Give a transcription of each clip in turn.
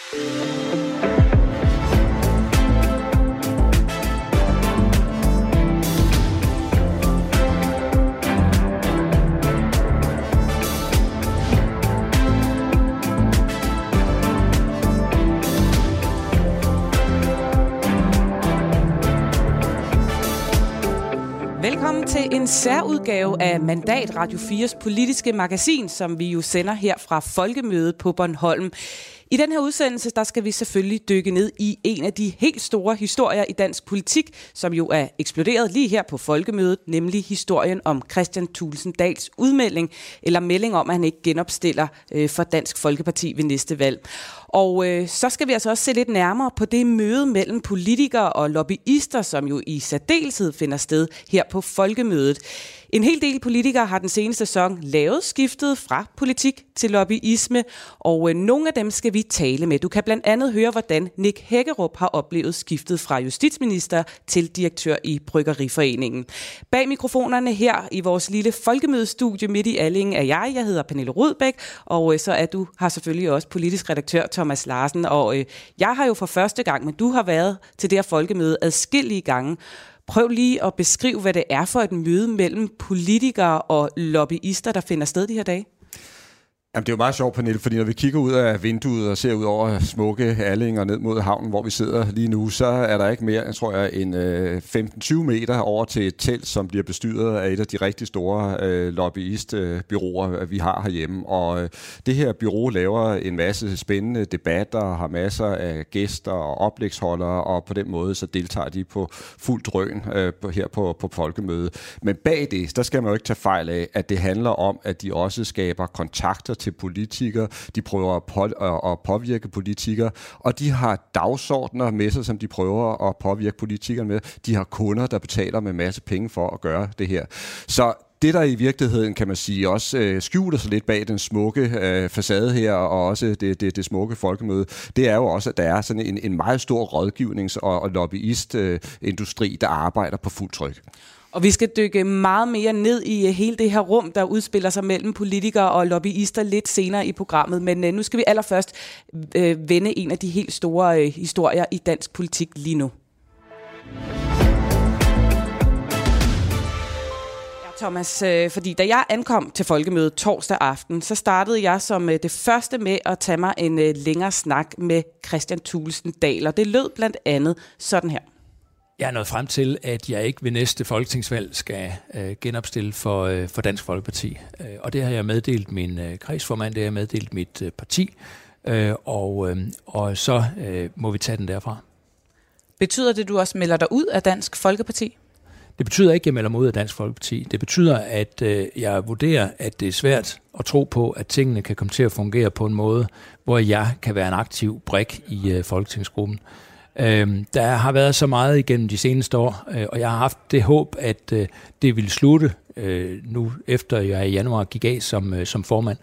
Velkommen til en særudgave af Mandat Radio 4's politiske magasin, som vi jo sender her fra Folkemødet på Bornholm. I den her udsendelse, der skal vi selvfølgelig dykke ned i en af de helt store historier i dansk politik, som jo er eksploderet lige her på Folkemødet, nemlig historien om Kristian Thulesen Dahls udmelding, eller melding om, at han ikke genopstiller for Dansk Folkeparti ved næste valg. Og så skal vi altså også se lidt nærmere på det møde mellem politikere og lobbyister, som jo i særdeleshed finder sted her på Folkemødet. En hel del politikere har den seneste sæson lavet skiftet fra politik til lobbyisme, og nogle af dem skal vi tale med. Du kan blandt andet høre, hvordan Nick Hækkerup har oplevet skiftet fra justitsminister til direktør i Bryggeriforeningen. Bag mikrofonerne her i vores lille folkemødestudie midt i Alling er jeg hedder Pernille Rudbæk, og så er du her selvfølgelig også politisk redaktør Thomas Larsen, og jeg har jo for første gang, men du har været til det her folkemøde adskillige gange. Prøv lige at beskrive, hvad det er for et møde mellem politikere og lobbyister, der finder sted de her dage. Jamen, det er jo meget sjovt, Pernille, fordi når vi kigger ud af vinduet og ser ud over smukke Alling og ned mod havnen, hvor vi sidder lige nu, så er der ikke mere, tror jeg, end 15-20 meter over til et telt, som bliver bestyret af et af de rigtig store lobbyistbureauer, vi har herhjemme. Og det her bureau laver en masse spændende debatter, har masser af gæster og oplægsholdere, og på den måde så deltager de på fuld drøn her på Folkemødet. Men bag det, der skal man jo ikke tage fejl af, at det handler om, at de også skaber kontakter til politikere, de prøver at påvirke politikere, og de har dagsordner med sig, som de prøver at påvirke politikerne med. De har kunder, der betaler med masse penge for at gøre det her. Så det, der i virkeligheden, kan man sige, også skjuler sig lidt bag den smukke facade her, og også det smukke folkemøde, det er jo også, at der er sådan en meget stor rådgivnings- og lobbyistindustri, der arbejder på fuld tryk. Og vi skal dykke meget mere ned i hele det her rum, der udspiller sig mellem politikere og lobbyister lidt senere i programmet. Men nu skal vi allerførst vende en af de helt store historier i dansk politik lige nu. Thomas, fordi da jeg ankom til Folkemødet torsdag aften, så startede jeg som det første med at tage mig en længere snak med Kristian Thulesen Dahl, og det lød blandt andet sådan her. Jeg er nået frem til, at jeg ikke ved næste folketingsvalg skal genopstille for Dansk Folkeparti. Og det har jeg meddelt min kredsformand, det har jeg meddelt mit parti, og så må vi tage den derfra. Betyder det, at du også melder dig ud af Dansk Folkeparti? Det betyder ikke, at jeg melder mig ud af Dansk Folkeparti. Det betyder, at jeg vurderer, at det er svært at tro på, at tingene kan komme til at fungere på en måde, hvor jeg kan være en aktiv brik i folketingsgruppen. Der har været så meget igennem de seneste år, og jeg har haft det håb, at det ville slutte nu, efter jeg i januar gik af som formand.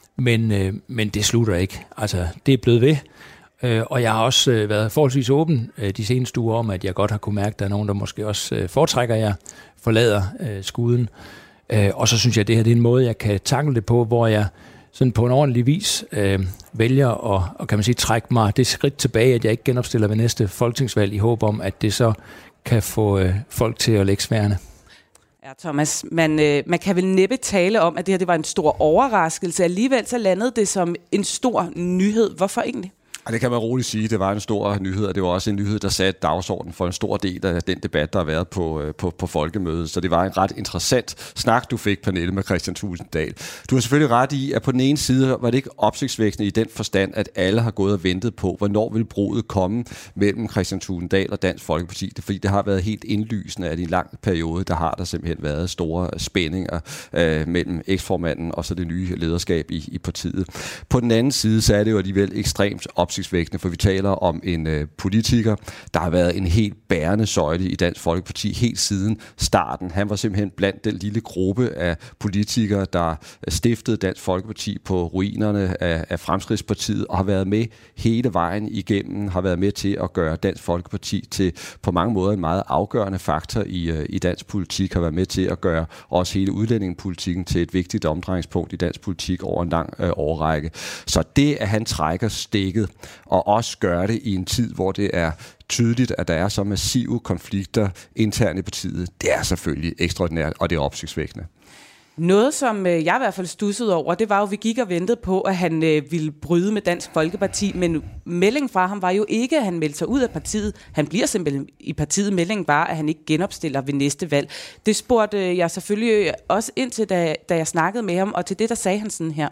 Men det slutter ikke. Altså, det er blevet ved. Og jeg har også været forholdsvis åben de seneste uger om, at jeg godt har kunne mærke, at der er nogen, der måske også foretrækker, at jeg forlader skuden. Og så synes jeg, at det her det er en måde, jeg kan tackle det på, hvor jeg sådan på en ordentlig vis vælger at kan man sige, trække mig det skridt tilbage, at jeg ikke genopstiller ved næste folketingsvalg i håb om, at det så kan få folk til at lægge sværene. Ja, Thomas, man kan vel næppe tale om, at det her det var en stor overraskelse. Alligevel så landede det som en stor nyhed. Hvorfor egentlig? Og det kan man roligt sige. Det var en stor nyhed, og det var også en nyhed, der satte dagsordenen for en stor del af den debat, der har været på Folkemødet. Så det var en ret interessant snak, du fik, Pernille, med Kristian Thulesen Dahl. Du har selvfølgelig ret i, at på den ene side var det ikke opsigtsvækkende i den forstand, at alle har gået og ventet på, hvornår vil brudet komme mellem Kristian Thulesen Dahl og Dansk Folkeparti. Det er, fordi det har været helt indlysende, at i en lang periode, der har der simpelthen været store spændinger mellem eksformanden og så det nye lederskab i partiet. På den anden side, så er det jo alligevel ekstremt opsigtsvækkende, for vi taler om en politiker, der har været en helt bærende søjle i Dansk Folkeparti helt siden starten. Han var simpelthen blandt den lille gruppe af politikere, der stiftede Dansk Folkeparti på ruinerne af Fremskridtspartiet og har været med hele vejen igennem, har været med til at gøre Dansk Folkeparti til på mange måder en meget afgørende faktor i dansk politik, har været med til at gøre også hele udlændingepolitikken til et vigtigt omdrejningspunkt i dansk politik over en lang årrække. Så det, at han trækker stikket, og også gøre det i en tid, hvor det er tydeligt, at der er så massive konflikter internt i partiet. Det er selvfølgelig ekstraordinært, og det er opsigtsvækkende. Noget, som jeg i hvert fald stussede over, det var jo, at vi gik og ventede på, at han ville bryde med Dansk Folkeparti, men meldingen fra ham var jo ikke, at han meldte sig ud af partiet. Han bliver simpelthen i partiet. Meldingen var, at han ikke genopstiller ved næste valg. Det spurgte jeg selvfølgelig også ind til, da jeg snakkede med ham, og til det, der sagde han sådan her.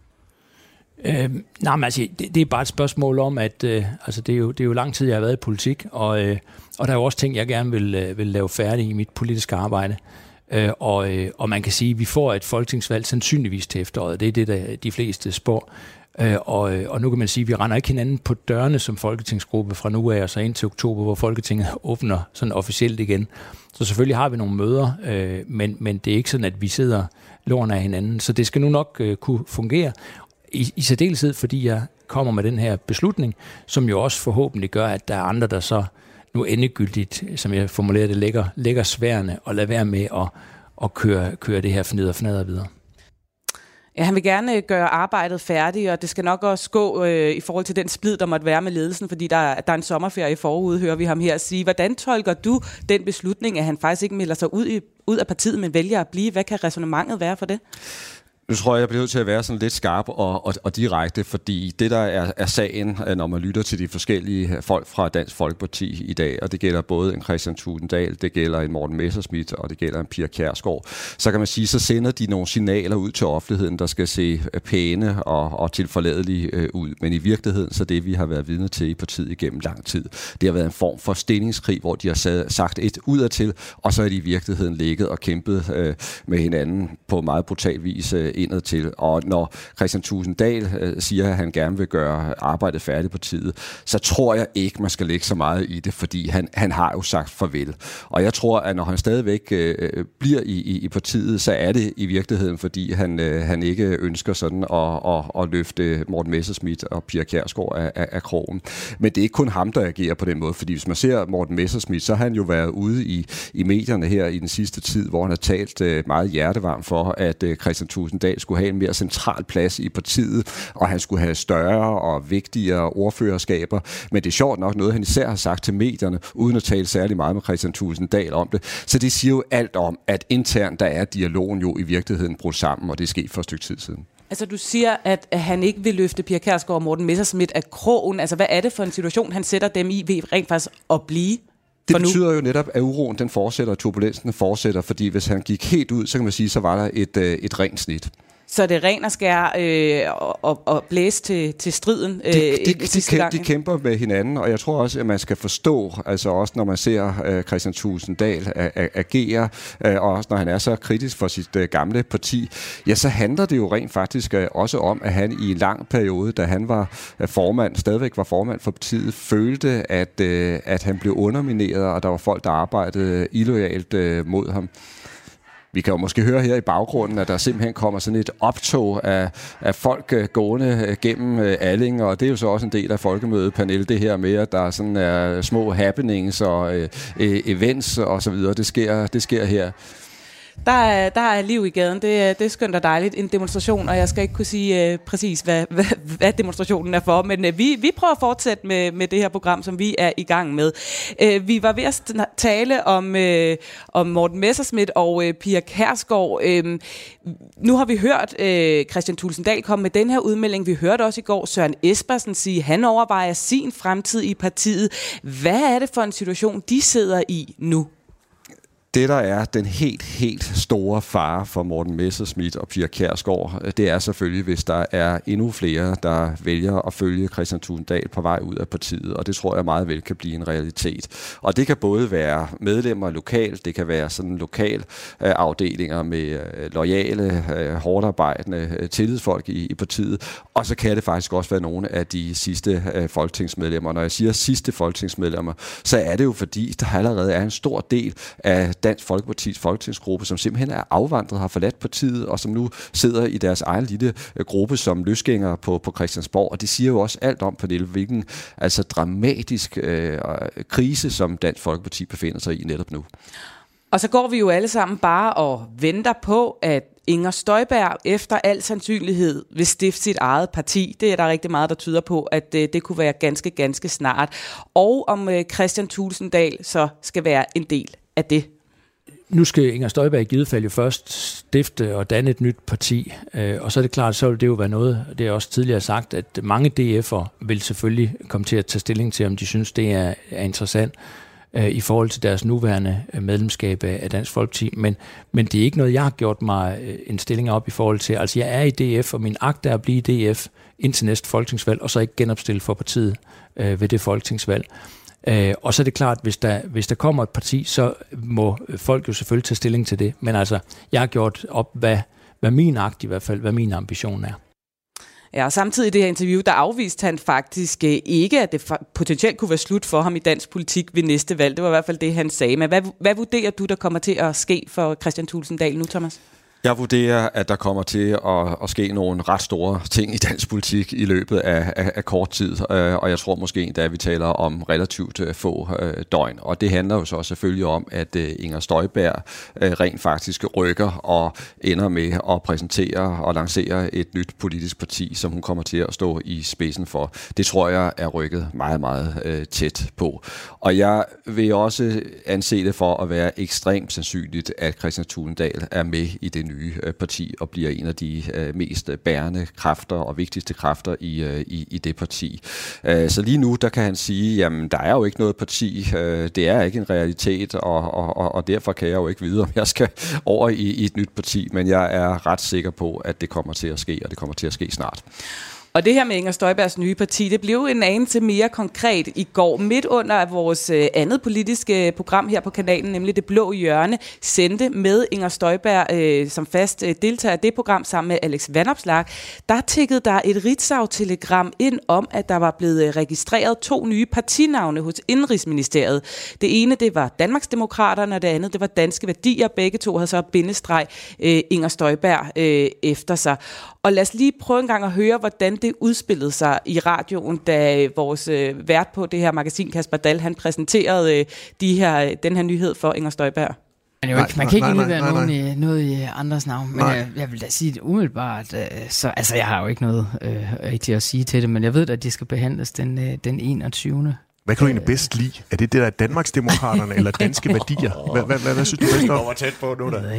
Nej, men altså, det er bare et spørgsmål om, at altså, det er jo lang tid, jeg har været i politik, og der er jo også ting, jeg gerne vil lave færdig i mit politiske arbejde. Og man kan sige, at vi får et folketingsvalg sandsynligvis til efteråret. Det er det, der de fleste spår. Og nu kan man sige, at vi render ikke hinanden på dørene som folketingsgruppe fra nu af og så ind til oktober, hvor Folketinget åbner sådan officielt igen. Så selvfølgelig har vi nogle møder, men det er ikke sådan, at vi sidder lårene af hinanden. Så det skal nu nok kunne fungere. I særdeleshed, fordi jeg kommer med den her beslutning, som jo også forhåbentlig gør, at der er andre, der så nu endegyldigt, som jeg formulerer det, lægger sværene og lader være med at køre det her fnader videre. Ja, han vil gerne gøre arbejdet færdigt, og det skal nok også gå i forhold til den splid, der måtte være med ledelsen, fordi der er en sommerferie i forude, hører vi ham her sige. Hvordan tolker du den beslutning, at han faktisk ikke melder sig ud af partiet, men vælger at blive? Hvad kan ræsonnementet være for det? Nu tror jeg bliver nødt til at være sådan lidt skarp og direkte, fordi det, der er sagen, når man lytter til de forskellige folk fra Dansk Folkeparti i dag, og det gælder både en Kristian Thulesen Dahl, det gælder en Morten Messerschmidt, og det gælder en Pia Kjærsgaard, så kan man sige, så sender de nogle signaler ud til offentligheden, der skal se pæne og tilforladelige ud. Men i virkeligheden, så det, vi har været vidne til i partiet igennem lang tid, det har været en form for stillingskrig, hvor de har sagt et udadtil, og så er de i virkeligheden ligget og kæmpet med hinanden på meget brutal vis indad til. Og når Kristian Thulesen Dahl siger, at han gerne vil gøre arbejdet færdigt på partiet, så tror jeg ikke, man skal lægge så meget i det, fordi han har jo sagt farvel. Og jeg tror, at når han stadigvæk bliver i partiet, så er det i virkeligheden, fordi han ikke ønsker sådan at løfte Morten Messerschmidt og Pia Kjærsgaard af krogen. Men det er ikke kun ham, der agerer på den måde, fordi hvis man ser Morten Messerschmidt, så har han jo været ude i medierne her i den sidste tid, hvor han har talt meget hjertevarmt for, at Kristian Thulesen Dahl skulle have en mere central plads i partiet, og han skulle have større og vigtigere ordførerskaber. Men det er sjovt nok noget, han især har sagt til medierne, uden at tale særlig meget med Kristian Thulesen Dahl om det. Så det siger jo alt om, at internt der er dialogen jo i virkeligheden brudt sammen, og det er sket for et stykke tid siden. Altså du siger, at han ikke vil løfte Pia Kjærsgaard og Morten Messerschmidt af krogen. Altså hvad er det for en situation, han sætter dem i ved rent faktisk at blive? Det betyder jo netop, at uroen den fortsætter, og turbulensen fortsætter, fordi hvis han gik helt ud, så kan man sige, så var der et rent snit. Så det er ren og skær og blæse til striden de kæmper med hinanden, og jeg tror også, at man skal forstå, altså også når man ser Kristian Thulesen Dahl agere, og også når han er så kritisk for sit gamle parti, ja, så handler det jo rent faktisk også om, at han i en lang periode, da han var stadigvæk var formand for partiet, følte, at han blev undermineret, og der var folk, der arbejdede illoyalt mod ham. Vi kan jo måske høre her i baggrunden, at der simpelthen kommer sådan et optog af folk gående gennem Alling, og det er jo så også en del af folkemødepanel, det her med, at der sådan er små happenings og events og så videre. Det sker her. Der er liv i gaden. Det er skønt og dejligt. En demonstration, og jeg skal ikke kunne sige præcis, hvad demonstrationen er for, men vi prøver at fortsætte med det her program, som vi er i gang med. Vi var ved at tale om Morten Messerschmidt og Pia Kjærsgaard. Nu har vi hørt Kristian Thulesen Dahl komme med den her udmelding. Vi hørte også i går Søren Espersen sige, at han overvejer sin fremtid i partiet. Hvad er det for en situation, de sidder i nu? Det, der er den helt store fare for Morten Messerschmidt og Pia Kjærsgaard, det er selvfølgelig, hvis der er endnu flere, der vælger at følge Kristian Thulesen Dahl på vej ud af partiet, og det tror jeg meget vel kan blive en realitet. Og det kan både være medlemmer lokalt, det kan være sådan lokal afdelinger med loyale, hårdarbejdende tillidsfolk i partiet, og så kan det faktisk også være nogle af de sidste folketingsmedlemmer. Når jeg siger sidste folketingsmedlemmer, så er det jo fordi, der allerede er en stor del af Dansk Folkepartis folketingsgruppe, som simpelthen er afvandret, har forladt partiet, og som nu sidder i deres egen lille gruppe som løsgængere på Christiansborg. Og det siger jo også alt om, Pernille, hvilken altså dramatisk krise, som Dansk Folkeparti befinder sig i netop nu. Og så går vi jo alle sammen bare og venter på, at Inger Støjberg efter al sandsynlighed vil stifte sit eget parti. Det er der rigtig meget, der tyder på, at det kunne være ganske, ganske snart. Og om Kristian Thulesen Dahl så skal være en del af det. Nu skal Inger Støjberg i givet fald jo først stifte og danne et nyt parti, og så er det klart, så vil det jo være noget, det er også tidligere sagt, at mange DF'er vil selvfølgelig komme til at tage stilling til, om de synes, det er interessant i forhold til deres nuværende medlemskab af Dansk Folkeparti, men det er ikke noget, jeg har gjort mig en stilling op i forhold til. Altså jeg er i DF, og min agt er at blive i DF indtil næste folketingsvalg, og så ikke genopstille for partiet ved det folketingsvalg. Og så er det klart, hvis der kommer et parti, så må folk jo selvfølgelig tage stilling til det. Men altså, jeg har gjort op, hvad min agt i hvert fald, hvad min ambition er. Ja, og samtidig i det her interview, der afviste han faktisk ikke, at det potentielt kunne være slut for ham i dansk politik ved næste valg. Det var i hvert fald det, han sagde. Men hvad vurderer du, der kommer til at ske for Kristian Thulesen Dahl nu, Thomas? Jeg vurderer, at der kommer til at ske nogle ret store ting i dansk politik i løbet af kort tid, og jeg tror måske endda, at vi taler om relativt få døgn. Og det handler jo så selvfølgelig om, at Inger Støjberg rent faktisk rykker og ender med at præsentere og lancere et nyt politisk parti, som hun kommer til at stå i spidsen for. Det tror jeg er rykket meget, meget tæt på. Og jeg vil også anse det for at være ekstremt sandsynligt, at Kristian Thulesen Dahl er med i det nye parti og bliver en af de mest bærende kræfter og vigtigste kræfter i det parti. Så lige nu, der kan han sige, jamen der er jo ikke noget parti, det er ikke en realitet, og derfor kan jeg jo ikke vide, om jeg skal over i et nyt parti, men jeg er ret sikker på, at det kommer til at ske, og det kommer til at ske snart. Og det her med Inger Støjbergs nye parti, det blev en anelse mere konkret i går. Midt under vores andet politiske program her på kanalen, nemlig Det Blå Hjørne, sendte med Inger Støjberg som fast deltager af det program sammen med Alex Vanopslagh. Der tikkede der et Ritzau-telegram ind om, at der var blevet registreret 2 nye partinavne hos Indenrigsministeriet. Det ene, det var Danmarksdemokraterne, og det andet, det var Danske Værdier. Begge to havde så bindestreg Inger Støjberg efter sig. Og lad os lige prøve en gang at høre, hvordan det udspillede sig i radioen, da vores vært på det her magasin, Kasper Dahl, han præsenterede den her nyhed for Inger Støjberg. Man kan ikke indlevere noget i andres navn, men jeg vil da sige det umiddelbart. Altså, jeg har jo ikke noget rigtigt at sige til det, men jeg ved at de skal behandles den 21. Hvad kan du egentlig bedst lide? Er det der Danmarksdemokraterne eller Danske Værdier? Hvad synes du bedst om? Du var tæt på nu, da.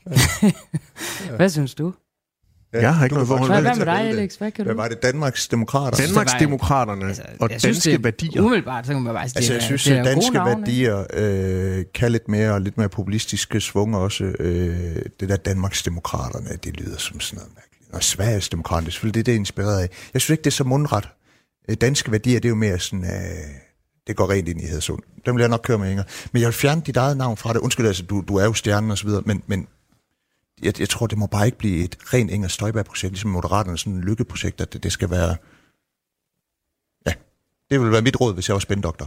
Hvad synes du? Jeg har ikke noget forhold. Hvad med dig, Alex? Hvad var det? Danmarksdemokraterne? Danmarksdemokraterne og Danske Værdier. Umiddelbart, så kan man bare sige, jeg synes, at Danske Værdier kan lidt mere populistiske svung også. Det der Danmarksdemokraterne, det lyder som sådan noget mærkeligt. Og Sverigesdemokraterne, selvfølgelig det er inspireret af. Jeg synes ikke, det er så mundret. Danske Værdier, det er jo mere sådan, det går rent ind i Hedsund. Den vil jeg nok køre med, Inger. Men jeg vil fjerne dit eget navn fra det. Undskyld, altså, du er jo stjernen og så videre, men jeg tror, det må bare ikke blive et rent Inger Støjberg-projekt, ligesom Moderaterne, sådan et lykkeprojekt, at det skal være... Ja, det vil være mit råd, hvis jeg var spændoktor.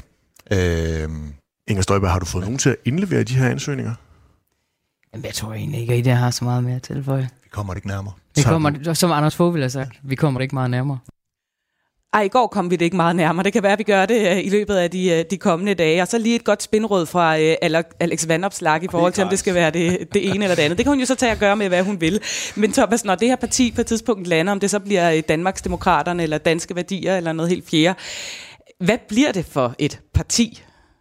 Inger Støjberg, har du fået nogen til at indlevere de her ansøgninger? Jamen, jeg tror egentlig ikke, at det har så meget mere at tilføje. Vi kommer det ikke nærmere. Som Anders Fogh ville have sagt, vi kommer det ikke meget nærmere. I går kom vi det ikke meget nærmere. Det kan være, at vi gør det i løbet af de kommende dage. Og så lige et godt spinråd fra Alex Vanopslagh i forhold til, om det skal være det ene eller det andet. Det kan hun jo så tage at gøre med, hvad hun vil. Men Thomas, når det her parti på et tidspunkt lander, om det så bliver Danmarksdemokraterne eller Danske Værdier eller noget helt fjerde, hvad bliver det for et parti?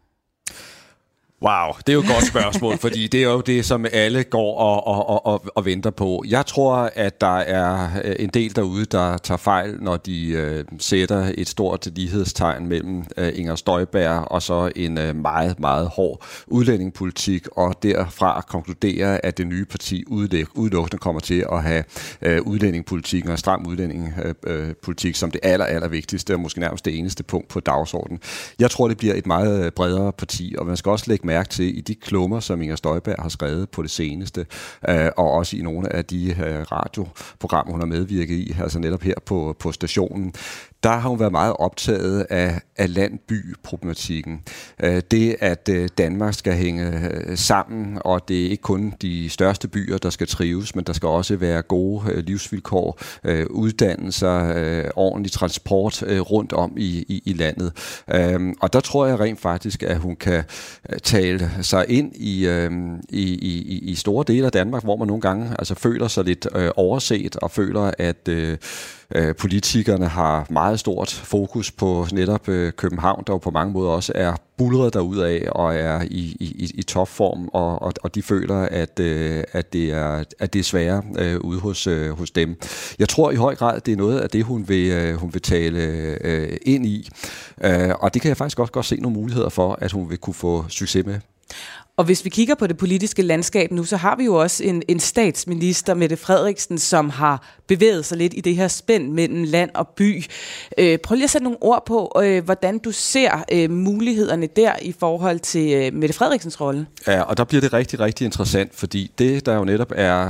Wow, det er jo et godt spørgsmål, fordi det er jo det, som alle går og venter på. Jeg tror, at der er en del derude, der tager fejl, når de sætter et stort lighedstegn mellem Inger Støjberg og så en meget, meget hård udlændingepolitik, og derfra konkluderer, at det nye parti udelukkende kommer til at have udlændingepolitikken og stram udlændingepolitik som det aller vigtigste, og måske nærmest det eneste punkt på dagsordenen. Jeg tror, det bliver et meget bredere parti, og man skal også lægge mærke til i de klummer, som Inger Støjberg har skrevet på det seneste, og også i nogle af de radioprogrammer, hun har medvirket i, altså netop her på stationen. der har hun været meget optaget af land-by-problematikken. Det, at Danmark skal hænge sammen, og det er ikke kun de største byer, der skal trives, men der skal også være gode livsvilkår, uddannelser, ordentlig transport rundt om i landet. Og der tror jeg rent faktisk, at hun kan tale sig ind i store dele af Danmark, hvor man nogle gange altså føler sig lidt overset og føler, at politikerne har meget stort fokus på netop København, der jo på mange måder også er buldret derudad og er i topform, og de føler, at det er sværere ude hos dem. Jeg tror i høj grad, det er noget af det, hun vil tale ind i, og det kan jeg faktisk også godt se nogle muligheder for, at hun vil kunne få succes med. Og hvis vi kigger på det politiske landskab nu, så har vi jo også en statsminister, Mette Frederiksen, som har bevæget sig lidt i det her spænd mellem land og by. Prøv lige at sætte nogle ord på, hvordan du ser mulighederne der i forhold til Mette Frederiksens rolle. Ja, og der bliver det rigtig, rigtig interessant, fordi det, der jo netop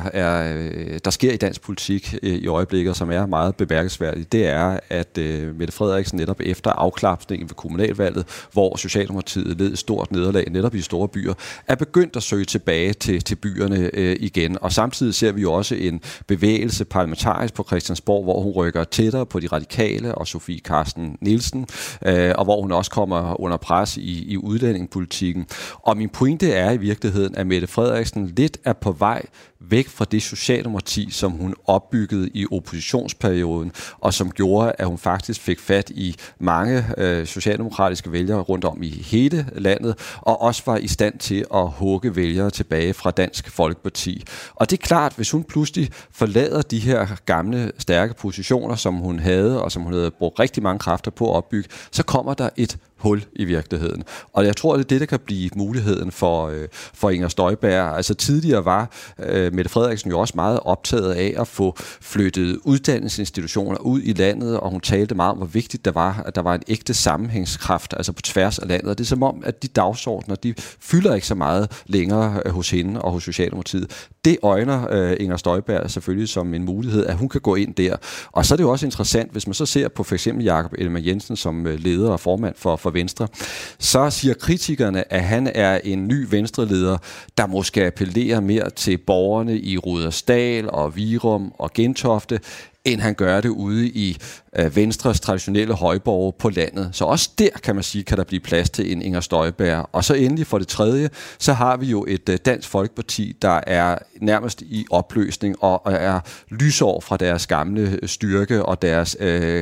der sker i dansk politik i øjeblikket, som er meget bemærkelsesværdigt, det er, at Mette Frederiksen netop efter afklapsningen ved kommunalvalget, hvor Socialdemokratiet led et stort nederlag netop i store byer, er begyndt at søge tilbage til byerne igen. Og samtidig ser vi jo også en bevægelse parlamentarisk på Christiansborg, hvor hun rykker tættere på de radikale og Sofie Carsten Nielsen, og hvor hun også kommer under pres i udlændingepolitikken. Og min pointe er i virkeligheden, at Mette Frederiksen lidt er på vej væk fra det Socialdemokrati, som hun opbyggede i oppositionsperioden, og som gjorde, at hun faktisk fik fat i mange socialdemokratiske vælgere rundt om i hele landet, og også var i stand til at hugge vælgere tilbage fra Dansk Folkeparti. Og det er klart, hvis hun pludselig forlader de her gamle, stærke positioner, som hun havde, og som hun havde brugt rigtig mange kræfter på at opbygge, så kommer der et hul i virkeligheden. Og jeg tror, det er det, der kan blive muligheden for Inger Støjberg. Altså tidligere var Mette Frederiksen jo også meget optaget af at få flyttet uddannelsesinstitutioner ud i landet, og hun talte meget om, hvor vigtigt det var, at der var en ægte sammenhængskraft, altså på tværs af landet. Og det er som om, at de dagsordner, de fylder ikke så meget længere hos hende og hos Socialdemokratiet. Det øjner Inger Støjberg selvfølgelig som en mulighed, at hun kan gå ind der. Og så er det jo også interessant, hvis man så ser på for eksempel Jakob Ellemann-Jensen som leder og formand for Venstre, så siger kritikerne, at han er en ny venstreleder, der måske appellerer mere til borgerne i Rudersdal og Virum og Gentofte, end han gør det ude i Venstres traditionelle højborge på landet. Så også der, kan man sige, kan der blive plads til en Inger Støjberg. Og så endelig for det tredje, så har vi jo et Dansk Folkeparti, der er nærmest i opløsning og er lysår fra deres gamle styrke og deres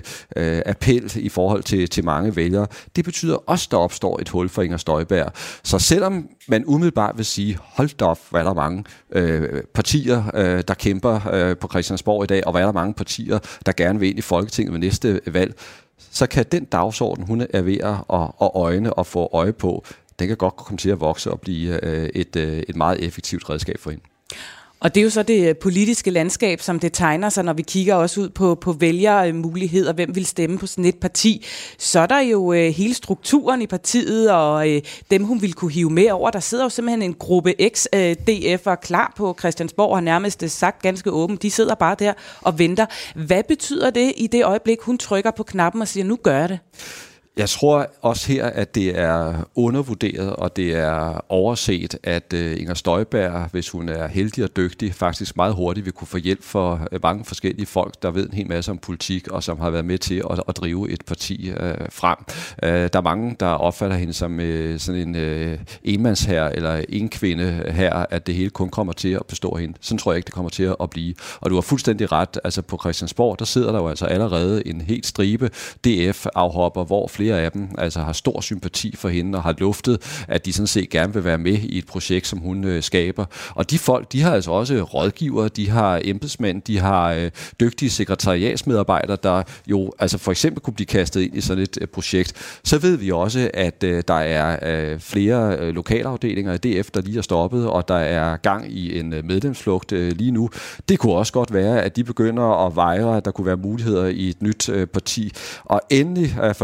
appel i forhold til mange vælgere. Det betyder også, der opstår et hul for Inger Støjberg. Så selvom man umiddelbart vil sige, hold da op, hvad er der mange partier, der kæmper på Christiansborg i dag, og hvad er der mange partier, der gerne vil ind i Folketinget ved næste valg, så kan den dagsorden, hun er ved at øjne og få øje på, den kan godt komme til at vokse og blive et meget effektivt redskab for hende. Og det er jo så det politiske landskab, som det tegner sig, når vi kigger også ud på vælgermuligheder, hvem vil stemme på sådan et parti. Så er der jo hele strukturen i partiet, og dem hun vil kunne hive med over. Der sidder jo simpelthen en gruppe ex-DF'er klar på Christiansborg, og har nærmest sagt ganske åbent, de sidder bare der og venter. Hvad betyder det i det øjeblik, hun trykker på knappen og siger, nu gør jeg det? Jeg tror også her, at det er undervurderet, og det er overset, at Inger Støjberg, hvis hun er heldig og dygtig, faktisk meget hurtigt vil kunne få hjælp for mange forskellige folk, der ved en hel masse om politik, og som har været med til at drive et parti frem. Der er mange, der opfatter hende som sådan en enmandsherre eller en kvinde her, at det hele kun kommer til at bestå af hende. Sådan tror jeg ikke, det kommer til at blive. Og du har fuldstændig ret. Altså på Christiansborg, der sidder der jo altså allerede en helt stribe DF-afhopper, hvor flere af dem altså har stor sympati for hende og har luftet, at de sådan set gerne vil være med i et projekt, som hun skaber. Og de folk, de har altså også rådgivere, de har embedsmænd, de har dygtige sekretariatsmedarbejdere, der jo altså for eksempel kunne blive kastet ind i sådan et projekt. Så ved vi også, at der er flere lokalafdelinger i DF, der lige er stoppet, og der er gang i en medlemsflugt lige nu. Det kunne også godt være, at de begynder at vejre, at der kunne være muligheder i et nyt parti. Og endelig for det tredje,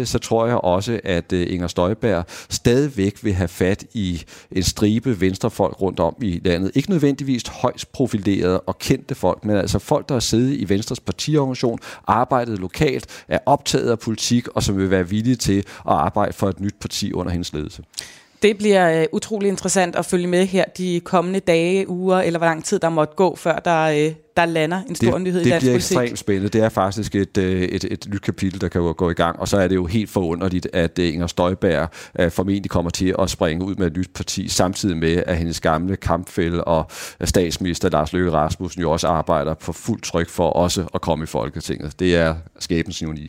det, så tror jeg også, at Inger Støjberg stadigvæk vil have fat i en stribe venstrefolk rundt om i landet. Ikke nødvendigvis højst profilerede og kendte folk, men altså folk, der har siddet i Venstres partiorganisation, arbejdet lokalt, er optaget af politik, og som vil være villige til at arbejde for et nyt parti under hendes ledelse. Det bliver utrolig interessant at følge med her de kommende dage, uger, eller hvor lang tid der måtte gå, før der lander en stor nyhed i dansk politik. Det bliver ekstremt spændende. Det er faktisk et nyt kapitel, der kan gå i gang, og så er det jo helt forunderligt, at Inger Støjberg formentlig kommer til at springe ud med et nyt parti, samtidig med, at hendes gamle kampfælle og statsminister Lars Løkke Rasmussen jo også arbejder på fuld tryk for også at komme i Folketinget. Det er skæbnens ironi.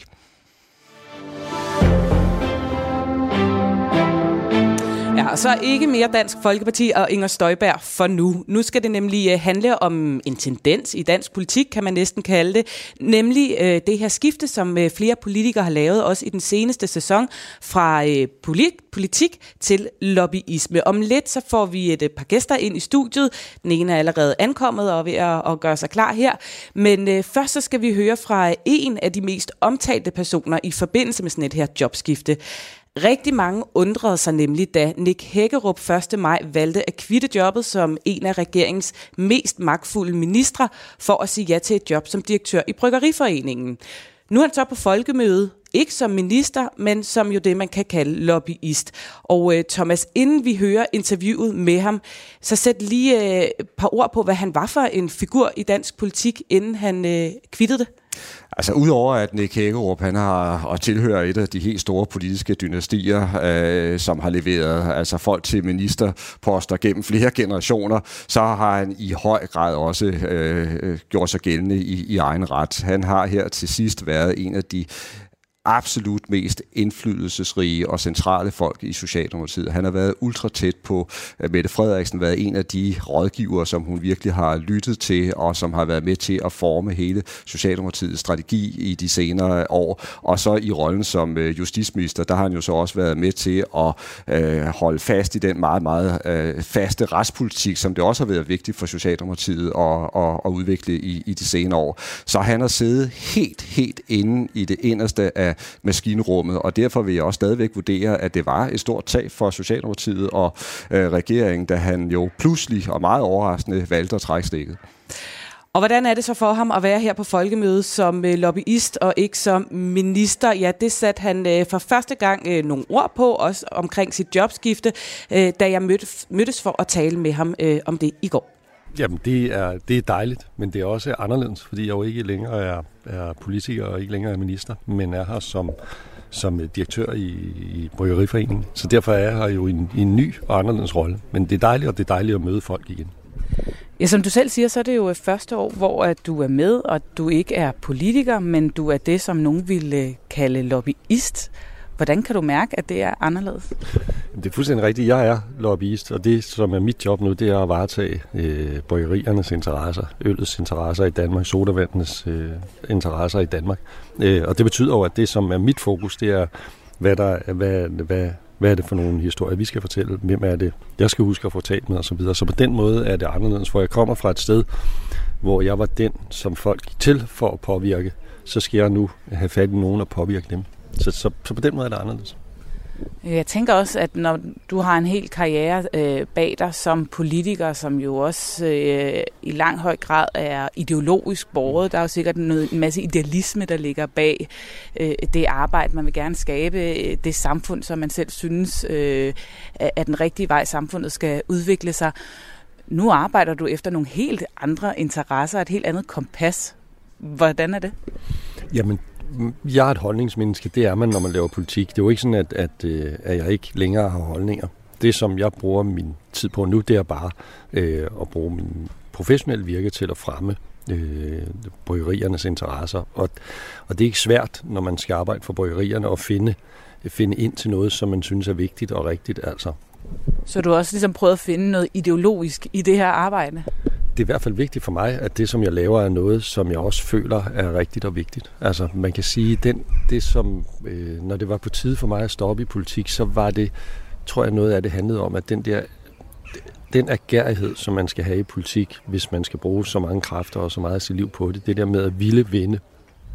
Ja, og så ikke mere Dansk Folkeparti og Inger Støjberg for nu. Nu skal det nemlig handle om en tendens i dansk politik, kan man næsten kalde det. Nemlig det her skifte, som flere politikere har lavet, også i den seneste sæson, fra politik til lobbyisme. Om lidt så får vi et par gæster ind i studiet. Den ene er allerede ankommet og ved at gøre sig klar her. Men først så skal vi høre fra en af de mest omtalte personer i forbindelse med sådan et her jobskifte. Rigtig mange undrede sig nemlig, da Nick Hækkerup 1. maj valgte at kvitte jobbet som en af regeringens mest magtfulde ministre for at sige ja til et job som direktør i Bryggeriforeningen. Nu er han så på folkemøde, ikke som minister, men som jo det, man kan kalde lobbyist. Og Thomas, inden vi hører interviewet med ham, så sæt lige et par ord på, hvad han var for en figur i dansk politik, inden han kvittede det. Altså udover at Nick Hækkerup, han har og tilhører et af de helt store politiske dynastier, som har leveret altså folk til ministerposter gennem flere generationer, så har han i høj grad også gjort sig gældende i egen ret. Han har her til sidst været en af de absolut mest indflydelsesrige og centrale folk i Socialdemokratiet. Han har været ultra tæt på Mette Frederiksen, været en af de rådgivere, som hun virkelig har lyttet til, og som har været med til at forme hele Socialdemokratiets strategi i de senere år. Og så i rollen som justitsminister, der har han jo så også været med til at holde fast i den meget, meget faste retspolitik, som det også har været vigtigt for Socialdemokratiet at udvikle i de senere år. Så han har siddet helt inde i det inderste af maskinrummet, og derfor vil jeg også stadigvæk vurdere, at det var et stort tab for Socialdemokratiet og regeringen, da han jo pludselig og meget overraskende valgte at trække stikket. Og hvordan er det så for ham at være her på folkemødet som lobbyist og ikke som minister? Ja, det satte han for første gang nogle ord på, også omkring sit jobskifte, da jeg mødtes for at tale med ham om det i går. Jamen, det er dejligt, men det er også anderledes, fordi jeg jo ikke længere er politiker og ikke længere er minister, men er her som direktør i Bryggeriforeningen. Så derfor er jeg her jo i en ny og anderledes rolle. Men det er dejligt, og det er dejligt at møde folk igen. Ja, som du selv siger, så er det jo første år, hvor du er med, og du ikke er politiker, men du er det, som nogen ville kalde lobbyist. Hvordan kan du mærke, at det er anderledes? Det er fuldstændig rigtigt. Jeg er lobbyist, og det, som er mit job nu, det er at varetage bryggeriernes interesser, øllets interesser i Danmark, sodavandenes interesser i Danmark. Og det betyder jo, at det, som er mit fokus, det er, hvad er det for nogle historier, vi skal fortælle, hvem er det, jeg skal huske at få talt med osv. Så på den måde er det anderledes, for jeg kommer fra et sted, hvor jeg var den, som folk gik til for at påvirke, så skal jeg nu have fat i nogen og påvirke dem. Så på den måde er det anderledes. Jeg tænker også, at når du har en hel karriere bag dig som politiker, som jo også i lang høj grad er ideologisk båret, der er jo sikkert en masse idealisme, der ligger bag det arbejde, man vil gerne skabe, det samfund, som man selv synes er den rigtige vej, samfundet skal udvikle sig. Nu arbejder du efter nogle helt andre interesser, et helt andet kompas. Hvordan er det? Jamen, jeg er et holdningsmenneske, det er man, når man laver politik. Det er jo ikke sådan, at jeg ikke længere har holdninger. Det, som jeg bruger min tid på nu, det er bare at bruge min professionelle virke til at fremme bryggeriernes interesser. Og det er ikke svært, når man skal arbejde for bryggerierne, at finde ind til noget, som man synes er vigtigt og rigtigt. Altså. Så du har også ligesom prøvet at finde noget ideologisk i det her arbejde? Det er i hvert fald vigtigt for mig, at det, som jeg laver, er noget, som jeg også føler er rigtigt og vigtigt. Altså, man kan sige, det som, når det var på tide for mig at stoppe i politik, så var det, tror jeg, noget af det handlede om, at den agerighed, som man skal have i politik, hvis man skal bruge så mange kræfter og så meget af sit liv på det, det der med at ville vinde,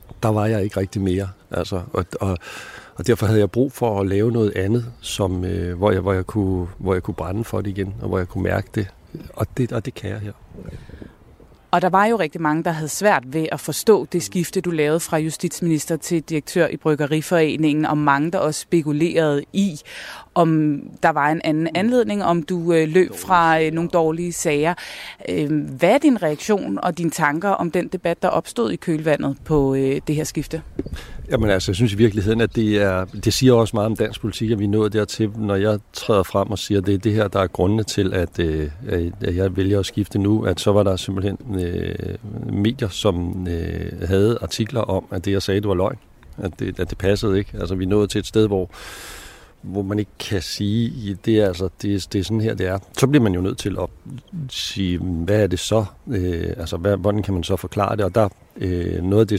der var jeg ikke rigtig mere. Altså, og derfor havde jeg brug for at lave noget andet, som, hvor jeg kunne brænde for det igen, og hvor jeg kunne mærke det. Og det kan jeg her. Og der var jo rigtig mange, der havde svært ved at forstå det skifte, du lavede fra justitsminister til direktør i Bryggeriforeningen, og mange, der også spekulerede i, om der var en anden anledning, om du løb fra nogle dårlige sager. Hvad er din reaktion og dine tanker om den debat, der opstod i kølvandet på det her skifte? Jamen altså, jeg synes i virkeligheden, at det siger også meget om dansk politik, at vi er nået dertil, når jeg træder frem og siger, at det er det her, der er grundene til, at jeg vælger at skifte nu, at så var der simpelthen medier, som havde artikler om, at det, jeg sagde, det var løgn. At det passede ikke. Altså, vi er nået til et sted, hvor man ikke kan sige, det er sådan her, det er. Så bliver man jo nødt til at sige, hvad er det så? Hvordan kan man så forklare det? Og der noget af det,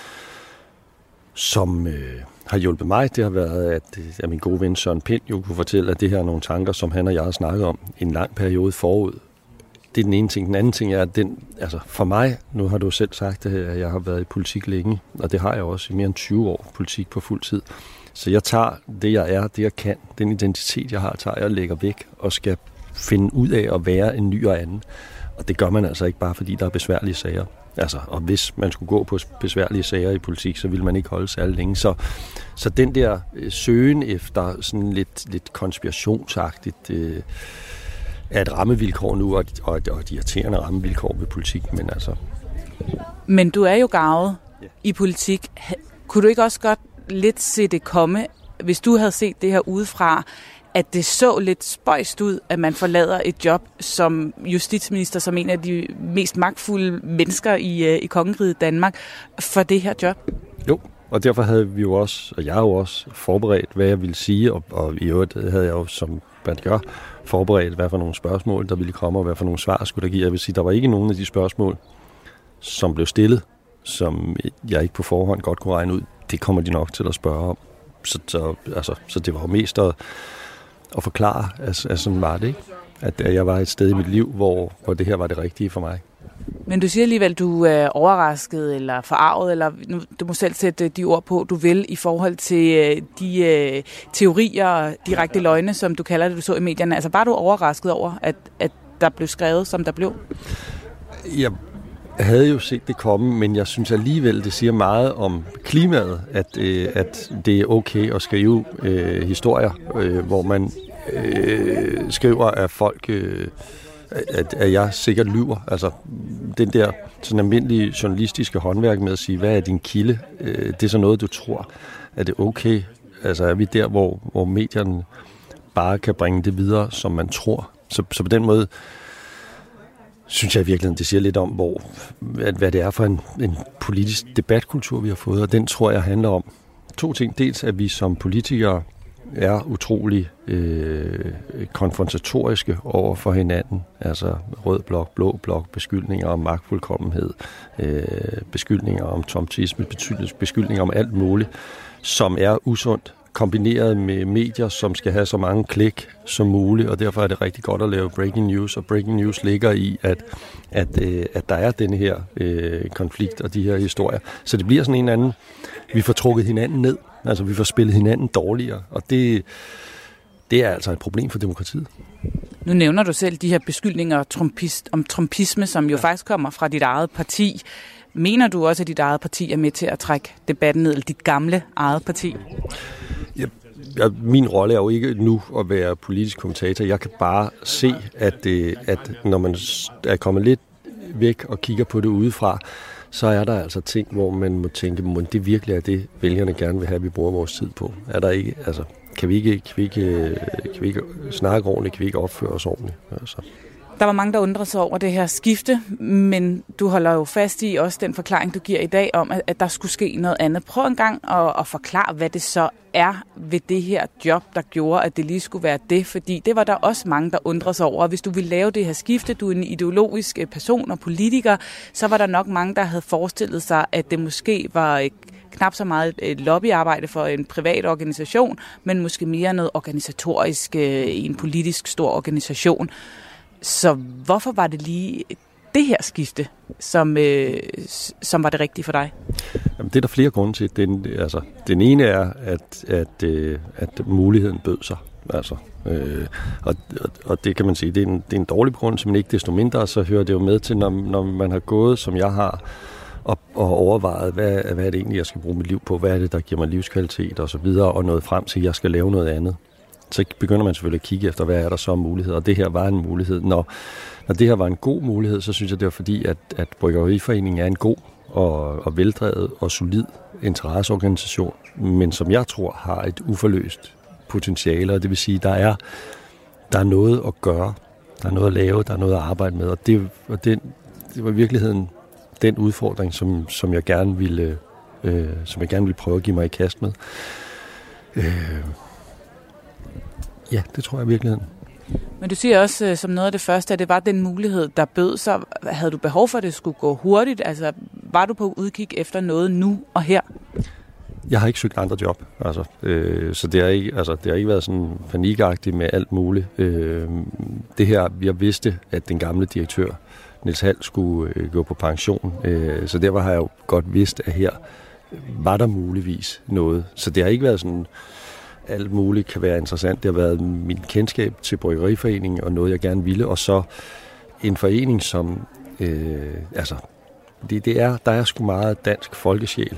som har hjulpet mig, det har været, at min gode ven Søren Pind jo kunne fortælle, at det her er nogle tanker, som han og jeg har snakket om en lang periode forud. Det er den ene ting. Den anden ting er, at for mig, nu har du selv sagt, at jeg har været i politik længe, og det har jeg også i mere end 20 år, politik på fuld tid. Så jeg tager det, jeg er, det jeg kan, den identitet, jeg har, tager jeg og lægger væk, og skal finde ud af at være en ny og anden. Og det gør man altså ikke bare, fordi der er besværlige sager. Altså, og hvis man skulle gå på besværlige sager i politik, så ville man ikke holde særlig længe. Så den der søgen efter sådan lidt konspirationsagtigt er et rammevilkår nu, og et irriterende rammevilkår ved politik, men altså... Men du er jo garvet i politik. Kunne du ikke også godt lidt se det komme, hvis du havde set det her udefra, at det så lidt spøjst ud, at man forlader et job som justitsminister, som en af de mest magtfulde mennesker i kongeriget Danmark, for det her job? Jo, og derfor havde vi jo også, og jeg har jo også forberedt, hvad jeg ville sige, og i øvrigt havde jeg jo, som man gør, forberedt, hvad for nogle spørgsmål, der ville komme, og hvad for nogle svar skulle der give. Jeg vil sige, der var ikke nogen af de spørgsmål, som blev stillet, som jeg ikke på forhånd godt kunne regne ud. Det kommer de nok til at spørge om. Så det var jo mest at forklare, at sådan var det, ikke? At jeg var et sted i mit liv, hvor det her var det rigtige for mig. Men du siger alligevel, du er overrasket eller forarvet, eller du må selv sætte de ord på, du vil, i forhold til de teorier, direkte løgne, som du kalder det, du så i medierne. Altså bare du overrasket over, at der blev skrevet, som der blev? Jeg havde jo set det komme, men jeg synes alligevel, det siger meget om klimaet, at det er okay at skrive historier, hvor man skriver, at folk... at jeg sikkert lyver. Altså, den der sådan almindelige journalistiske håndværk med at sige, hvad er din kilde? Det er så noget, du tror, at det er okay. Altså, er vi der, hvor medierne bare kan bringe det videre, som man tror. Så på den måde, synes jeg i virkeligheden, det siger lidt om, hvad det er for en politisk debatkultur, vi har fået. Og den tror jeg handler om to ting. Dels, at vi som politikere er utrolig konfrontatoriske over for hinanden. Altså rød blok, blå blok, beskyldninger om magtfuldkommenhed, beskyldninger om tomtisme, beskyldninger om alt muligt, som er usundt, kombineret med medier, som skal have så mange klik som muligt, og derfor er det rigtig godt at lave breaking news, og breaking news ligger i, at der er denne her konflikt og de her historier. Så det bliver sådan en anden, vi får trukket hinanden ned, altså vi får spillet hinanden dårligere, og det er altså et problem for demokratiet. Nu nævner du selv de her beskyldninger om trumpisme, som jo faktisk kommer fra dit eget parti. Mener du også, at dit eget parti er med til at trække debatten ned, eller dit gamle eget parti? Min rolle er jo ikke nu at være politisk kommentator. Jeg kan bare se, at når man er kommet lidt væk og kigger på det udefra, så er der altså ting, hvor man må tænke, må det virkelig er det, vælgerne gerne vil have, at vi bruger vores tid på. Er der ikke, altså, kan vi ikke snakke ordentligt, kan vi ikke opføre os ordentligt? Altså. Der var mange, der undrede sig over det her skifte, men du holder jo fast i også den forklaring, du giver i dag om, at der skulle ske noget andet. Prøv en gang at forklare, hvad det så er ved det her job, der gjorde, at det lige skulle være det, fordi det var der også mange, der undrede sig over. Hvis du ville lave det her skifte, du er en ideologisk person og politiker, så var der nok mange, der havde forestillet sig, at det måske var knap så meget et lobbyarbejde for en privat organisation, men måske mere noget organisatorisk i en politisk stor organisation. Så hvorfor var det lige det her skifte, som var det rigtige for dig? Jamen, det er der flere grunde til. Den ene er, at muligheden bød sig. Altså, og det kan man sige, det er en dårlig begrundelse, men ikke desto mindre, så hører det jo med til, når man har gået, som jeg har, og overvejet, hvad er det egentlig, jeg skal bruge mit liv på, hvad er det, der giver mig livskvalitet og så videre, og nået frem til, at jeg skal lave noget andet. Så begynder man selvfølgelig at kigge efter, hvad er der så muligheder, og det her var en mulighed. Når det her var en god mulighed, så synes jeg, det var fordi, at Bryggeriforeningen er en god og veldrevet og solid interesseorganisation, men som jeg tror har et uforløst potentiale, og det vil sige, der er noget at gøre, der er noget at lave, der er noget at arbejde med, og det var i virkeligheden den udfordring, som jeg gerne ville prøve at give mig i kast med. Ja, det tror jeg i virkeligheden. Men du siger også som noget af det første, at det var den mulighed, der bød sig. Havde du behov for, at det skulle gå hurtigt? Altså, var du på udkig efter noget nu og her? Jeg har ikke søgt andre job, så det har ikke været sådan panikagtigt med alt muligt. Det her, jeg vidste, at den gamle direktør, Niels Hald, skulle gå på pension, så derfor har jeg jo godt vidst, at her var der muligvis noget. Så det har ikke været sådan, alt muligt kan være interessant. Det har været min kendskab til Bryggeriforeningen og noget, jeg gerne ville, og så en forening, som der er sgu meget dansk folkesjæl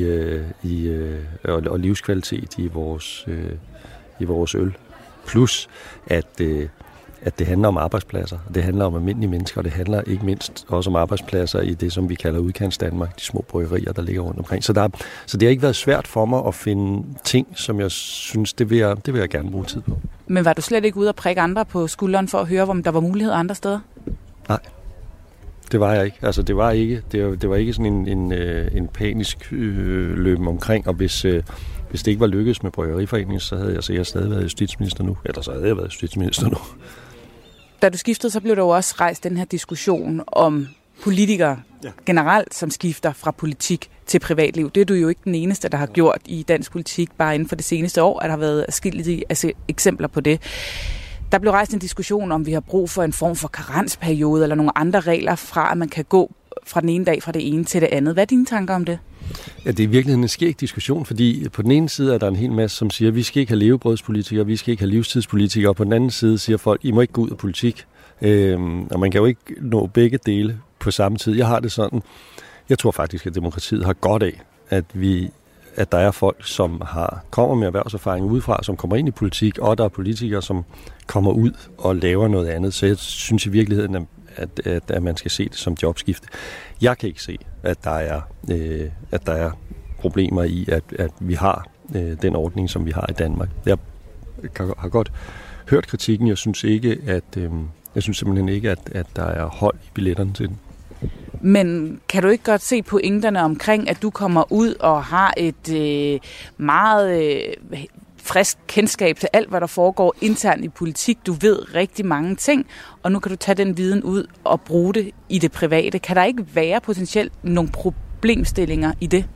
og livskvalitet i vores øl. Plus, at det handler om arbejdspladser, det handler om almindelige mennesker, og det handler ikke mindst også om arbejdspladser i det, som vi kalder udkants Danmark, de små bryggerier, der ligger rundt omkring. Så det har ikke været svært for mig at finde ting, som jeg synes, det vil jeg gerne bruge tid på. Men var du slet ikke ude og prikke andre på skulderen for at høre, om der var mulighed andre steder? Nej. Det var jeg ikke. Altså, det var ikke sådan en panisk løben omkring, og hvis det ikke var lykkedes med Bryggeriforeningen, så havde jeg stadig været justitsminister nu. Eller så havde jeg været justitsminister nu. Da du skiftede, så blev der jo også rejst den her diskussion om politikere generelt, som skifter fra politik til privatliv. Det er du jo ikke den eneste, der har gjort i dansk politik, bare inden for det seneste år, at der har været adskillige eksempler på det. Der blev rejst en diskussion om, vi har brug for en form for karensperiode eller nogle andre regler fra, at man kan gå fra den ene dag fra det ene til det andet. Hvad er dine tanker om det? Ja, det er i virkeligheden en skæg diskussion, fordi på den ene side er der en hel masse, som siger, at vi skal ikke have levebrødspolitikere, vi skal ikke have livstidspolitikere, og på den anden side siger folk, I må ikke gå ud af politik. Og man kan jo ikke nå begge dele på samme tid. Jeg har det sådan, jeg tror faktisk, at demokratiet har godt af, at der er folk, som kommer med erhvervserfaring udefra, som kommer ind i politik, og der er politikere, som kommer ud og laver noget andet. Så jeg synes i virkeligheden, at man skal se det som jobskifte. Jeg kan ikke se, at der er problemer i, at vi har den ordning, som vi har i Danmark. Jeg har godt hørt kritikken. Jeg synes simpelthen ikke, at der er hold i billetterne til den. Men kan du ikke godt se pointerne omkring, at du kommer ud og har et meget frisk kendskab til alt, hvad der foregår internt i politik? Du ved rigtig mange ting, og nu kan du tage den viden ud og bruge det i det private. Kan der ikke være potentielt nogle problemstillinger i det?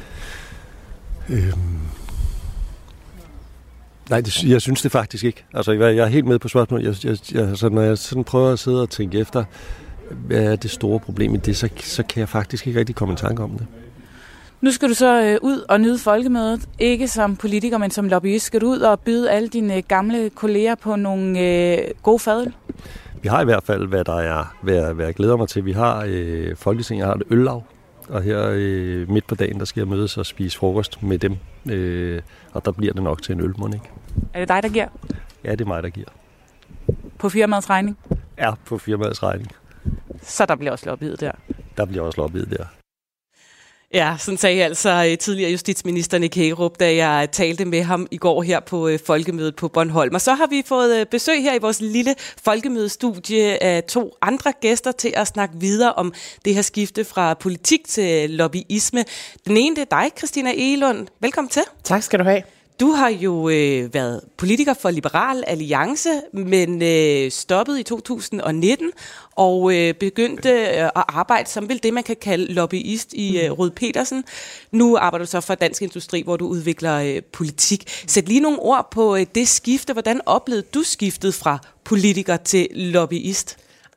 Nej, jeg synes det faktisk ikke. Altså, jeg er helt med på spørgsmålet. Når jeg sådan prøver at sidde og tænke efter, hvad er det store problem i det, så kan jeg faktisk ikke rigtig komme i tanke om det. Nu skal du så ud og nyde folkemødet, ikke som politiker, men som lobbyist. Skal du ud og byde alle dine gamle kolleger på nogle gode fadøl? Vi har i hvert fald, hvad jeg glæder mig til. Vi har Folketinget, har et øllaug, og her midt på dagen, der skal jeg mødes og spise frokost med dem. Og der bliver det nok til en øl, mon ikke? Er det dig, der giver? Ja, det er mig, der giver. På firmaets regning? Ja, på firmaets regning. Så der bliver også lobbyet der? Der bliver også lobbyet der. Ja, sådan sagde altså tidligere justitsminister Nick Hækkerup, da jeg talte med ham i går her på Folkemødet på Bornholm. Og så har vi fået besøg her i vores lille folkemødestudie af 2 andre gæster til at snakke videre om det her skifte fra politik til lobbyisme. Den ene, det er dig, Christina Egelund. Velkommen til. Tak skal du have. Du har jo været politiker for Liberal Alliance, men stoppede i 2019 og begyndte at arbejde som vel det, man kan kalde lobbyist i Rød Petersen. Nu arbejder du så for Dansk Industri, hvor du udvikler politik. Sæt lige nogle ord på det skifte. Hvordan oplevede du skiftet fra politiker til lobbyist?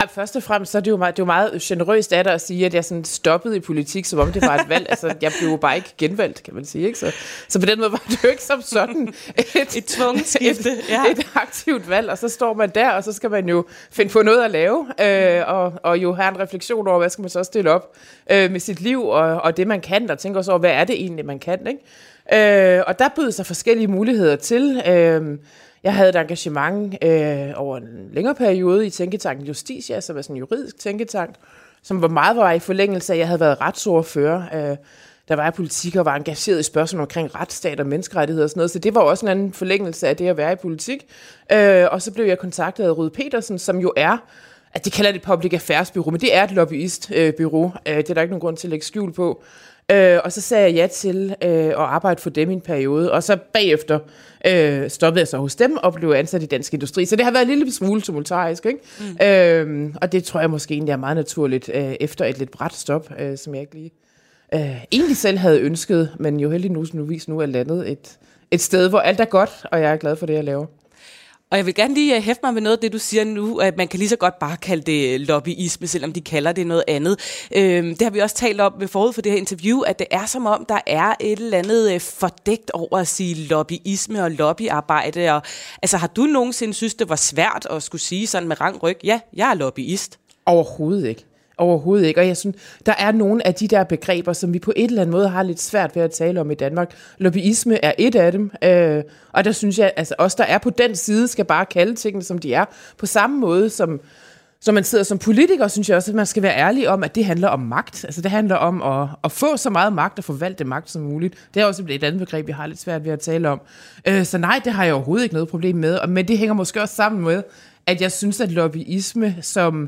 Først og fremmest så er det jo meget generøst af dig at sige, at jeg sådan stoppede i politik, som om det var et valg. Altså, jeg blev jo bare ikke genvalgt, kan man sige. Ikke? Så på den måde var det jo ikke som sådan et tvunget skifte, et aktivt valg. Og så står man der, og så skal man jo finde på noget at lave, og jo have en refleksion over, hvad skal man så stille op med sit liv, og det man kan, og tænke også over, hvad er det egentlig, man kan. Ikke? Og der bød sig forskellige muligheder til. Jeg havde et engagement over en længere periode i Tænketanken Justitia, som er sådan en juridisk tænketank, som var i forlængelse af, at jeg havde været retsordfører. Der var jeg i politik og var engageret i spørgsmål omkring retsstat og menneskerettigheder og sådan noget, så det var også en anden forlængelse af det at være i politik. Og så blev jeg kontaktet af Rud Petersen, som jo er, at de kalder det Public Affairs Bureau, men det er et lobbyistbureau. Det er der ikke nogen grund til at lægge skjul på. Og så sagde jeg ja til at arbejde for dem i en periode, og så bagefter stoppede jeg så hos dem og blev ansat i Dansk Industri. Så det har været en lille smule tumultarisk, ikke? Og det tror jeg måske egentlig er meget naturligt efter et lidt brat stop, som jeg ikke lige egentlig selv havde ønsket, men jo heldigvis nu er landet et sted, hvor alt er godt, og jeg er glad for det, jeg laver. Og jeg vil gerne lige hæfte mig med noget af det, du siger nu, at man kan lige så godt bare kalde det lobbyisme, selvom de kalder det noget andet. Det har vi også talt om forud for det her interview, at det er som om, der er et eller andet fordækt over at sige lobbyisme og lobbyarbejde. Og, altså, har du nogensinde synes, det var svært at skulle sige sådan med rang ryg, ja, jeg er lobbyist? Overhovedet ikke. Overhovedet ikke, og jeg synes, der er nogle af de der begreber, som vi på et eller andet måde har lidt svært ved at tale om i Danmark. Lobbyisme er et af dem, og der synes jeg, altså os, der er på den side, skal bare kalde tingene, som de er. På samme måde, som man sidder som politiker, synes jeg også, at man skal være ærlig om, at det handler om magt. Altså det handler om at få så meget magt og forvalte magt som muligt. Det er også et andet begreb, vi har lidt svært ved at tale om. Så nej, det har jeg overhovedet ikke noget problem med, men det hænger måske også sammen med, at jeg synes, at lobbyisme som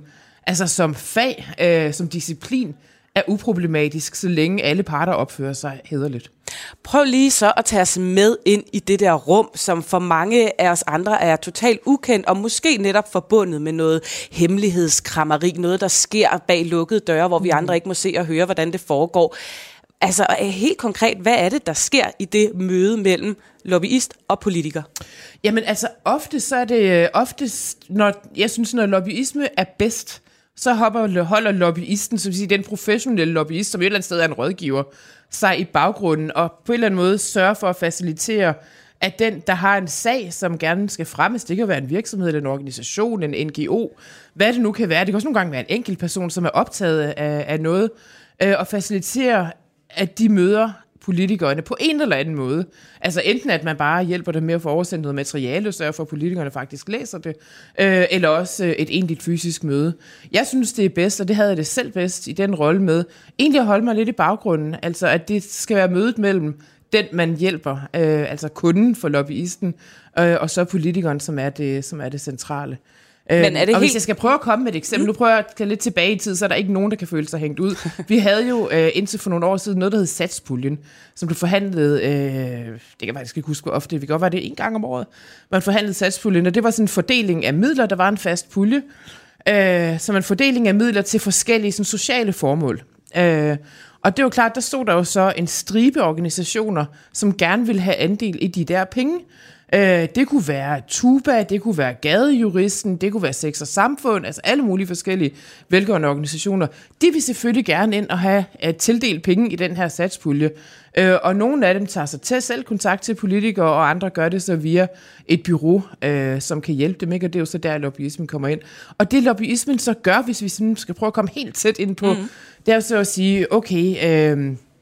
fag, som disciplin, er uproblematisk, så længe alle parter opfører sig hæderligt. Prøv lige så at tage os med ind i det der rum, som for mange af os andre er totalt ukendt, og måske netop forbundet med noget hemmelighedskrammeri, noget der sker bag lukkede døre, hvor vi andre ikke må se og høre, hvordan det foregår. Altså helt konkret, hvad er det, der sker i det møde mellem lobbyist og politiker? Jamen altså ofte så er det, når lobbyisme er bedst, så holder lobbyisten, som siger, den professionelle lobbyist, som et eller andet sted er en rådgiver, sig i baggrunden og på en eller anden måde sørger for at facilitere, at den, der har en sag, som gerne skal fremmes, det kan være en virksomhed eller en organisation, en NGO, hvad det nu kan være. Det kan også nogle gange være en enkelt person, som er optaget af noget, og facilitere, at de møder politikerne på en eller anden måde. Altså enten at man bare hjælper dem med at få oversendt noget materiale, og sørger for, at politikerne faktisk læser det, eller også et egentligt fysisk møde. Jeg synes, det er bedst, og det havde jeg det selv bedst i den rolle med, egentlig at holde mig lidt i baggrunden, altså at det skal være mødet mellem den, man hjælper, altså kunden for lobbyisten, og så politikeren, som er det centrale. Men er det hvis jeg skal prøve at komme med et eksempel, nu prøver jeg at tage lidt tilbage i tid, så er der ikke nogen, der kan føle sig hængt ud. Vi havde jo indtil for nogle år siden noget, der hed satspuljen, som blev forhandlet, det kan jeg faktisk ikke huske, hvor ofte, vi godt var det en gang om året, man forhandlede satspuljen, og det var sådan en fordeling af midler, der var en fast pulje, som en fordeling af midler til forskellige sådan, sociale formål. Og det er jo klart, der stod der jo så en stribe organisationer, som gerne ville have andel i de der penge. Det kunne være Tuba, det kunne være Gadejuristen, det kunne være Sex og Samfund, altså alle mulige forskellige velgørende organisationer. De vil selvfølgelig gerne ind og have tildelt penge i den her satspulje. Og nogle af dem tager sig til selv kontakt til politikere, og andre gør det så via et bureau, som kan hjælpe dem, ikke? Og det er jo så der, lobbyismen kommer ind. Og det lobbyismen så gør, hvis vi sådan skal prøve at komme helt tæt ind på, det er så at sige, okay,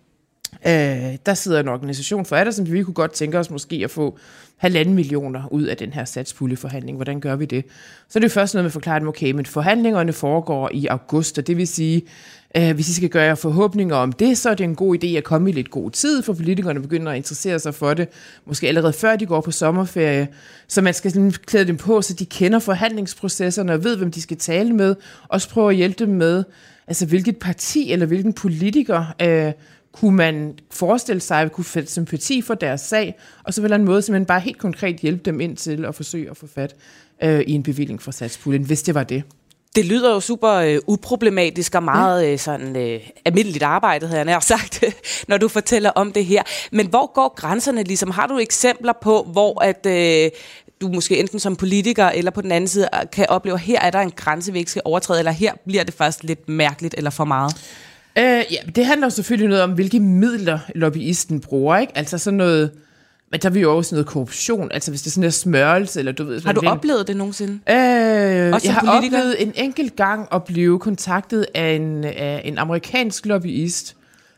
der sidder en organisation for som vi kunne godt tænke os måske at få 1,5 millioner ud af den her satspuljeforhandling. Hvordan gør vi det? Så er det først noget med at forklare dem, okay, men forhandlingerne foregår i august, og det vil sige, hvis I skal gøre jer forhåbninger om det, så er det en god idé at komme i lidt god tid, for politikerne begynder at interessere sig for det, måske allerede før de går på sommerferie, så man skal klæde dem på, så de kender forhandlingsprocesserne og ved, hvem de skal tale med, og også prøve at hjælpe dem med, altså hvilket parti eller hvilken politiker kunne man forestille sig, at vi kunne få sympati for deres sag, og så på en eller anden måde simpelthen bare helt konkret hjælpe dem ind til at forsøge at få fat i en bevilling fra satspuljen, hvis det var det. Det lyder jo super uproblematisk og meget sådan almindeligt arbejde, havde jeg nær sagt, når du fortæller om det her. Men hvor går grænserne ligesom? Har du eksempler på, hvor at du måske enten som politiker eller på den anden side kan opleve, at her er der en grænse, vi ikke skal overtræde, eller her bliver det faktisk lidt mærkeligt eller for meget? Ja, det handler jo selvfølgelig noget om, hvilke midler lobbyisten bruger, ikke? Altså sådan noget, men der vil jo også noget korruption, altså hvis det er sådan en smørelse, eller du ved... Har du oplevet det nogensinde? Jeg har oplevet en enkelt gang at blive kontaktet af en amerikansk lobbyist,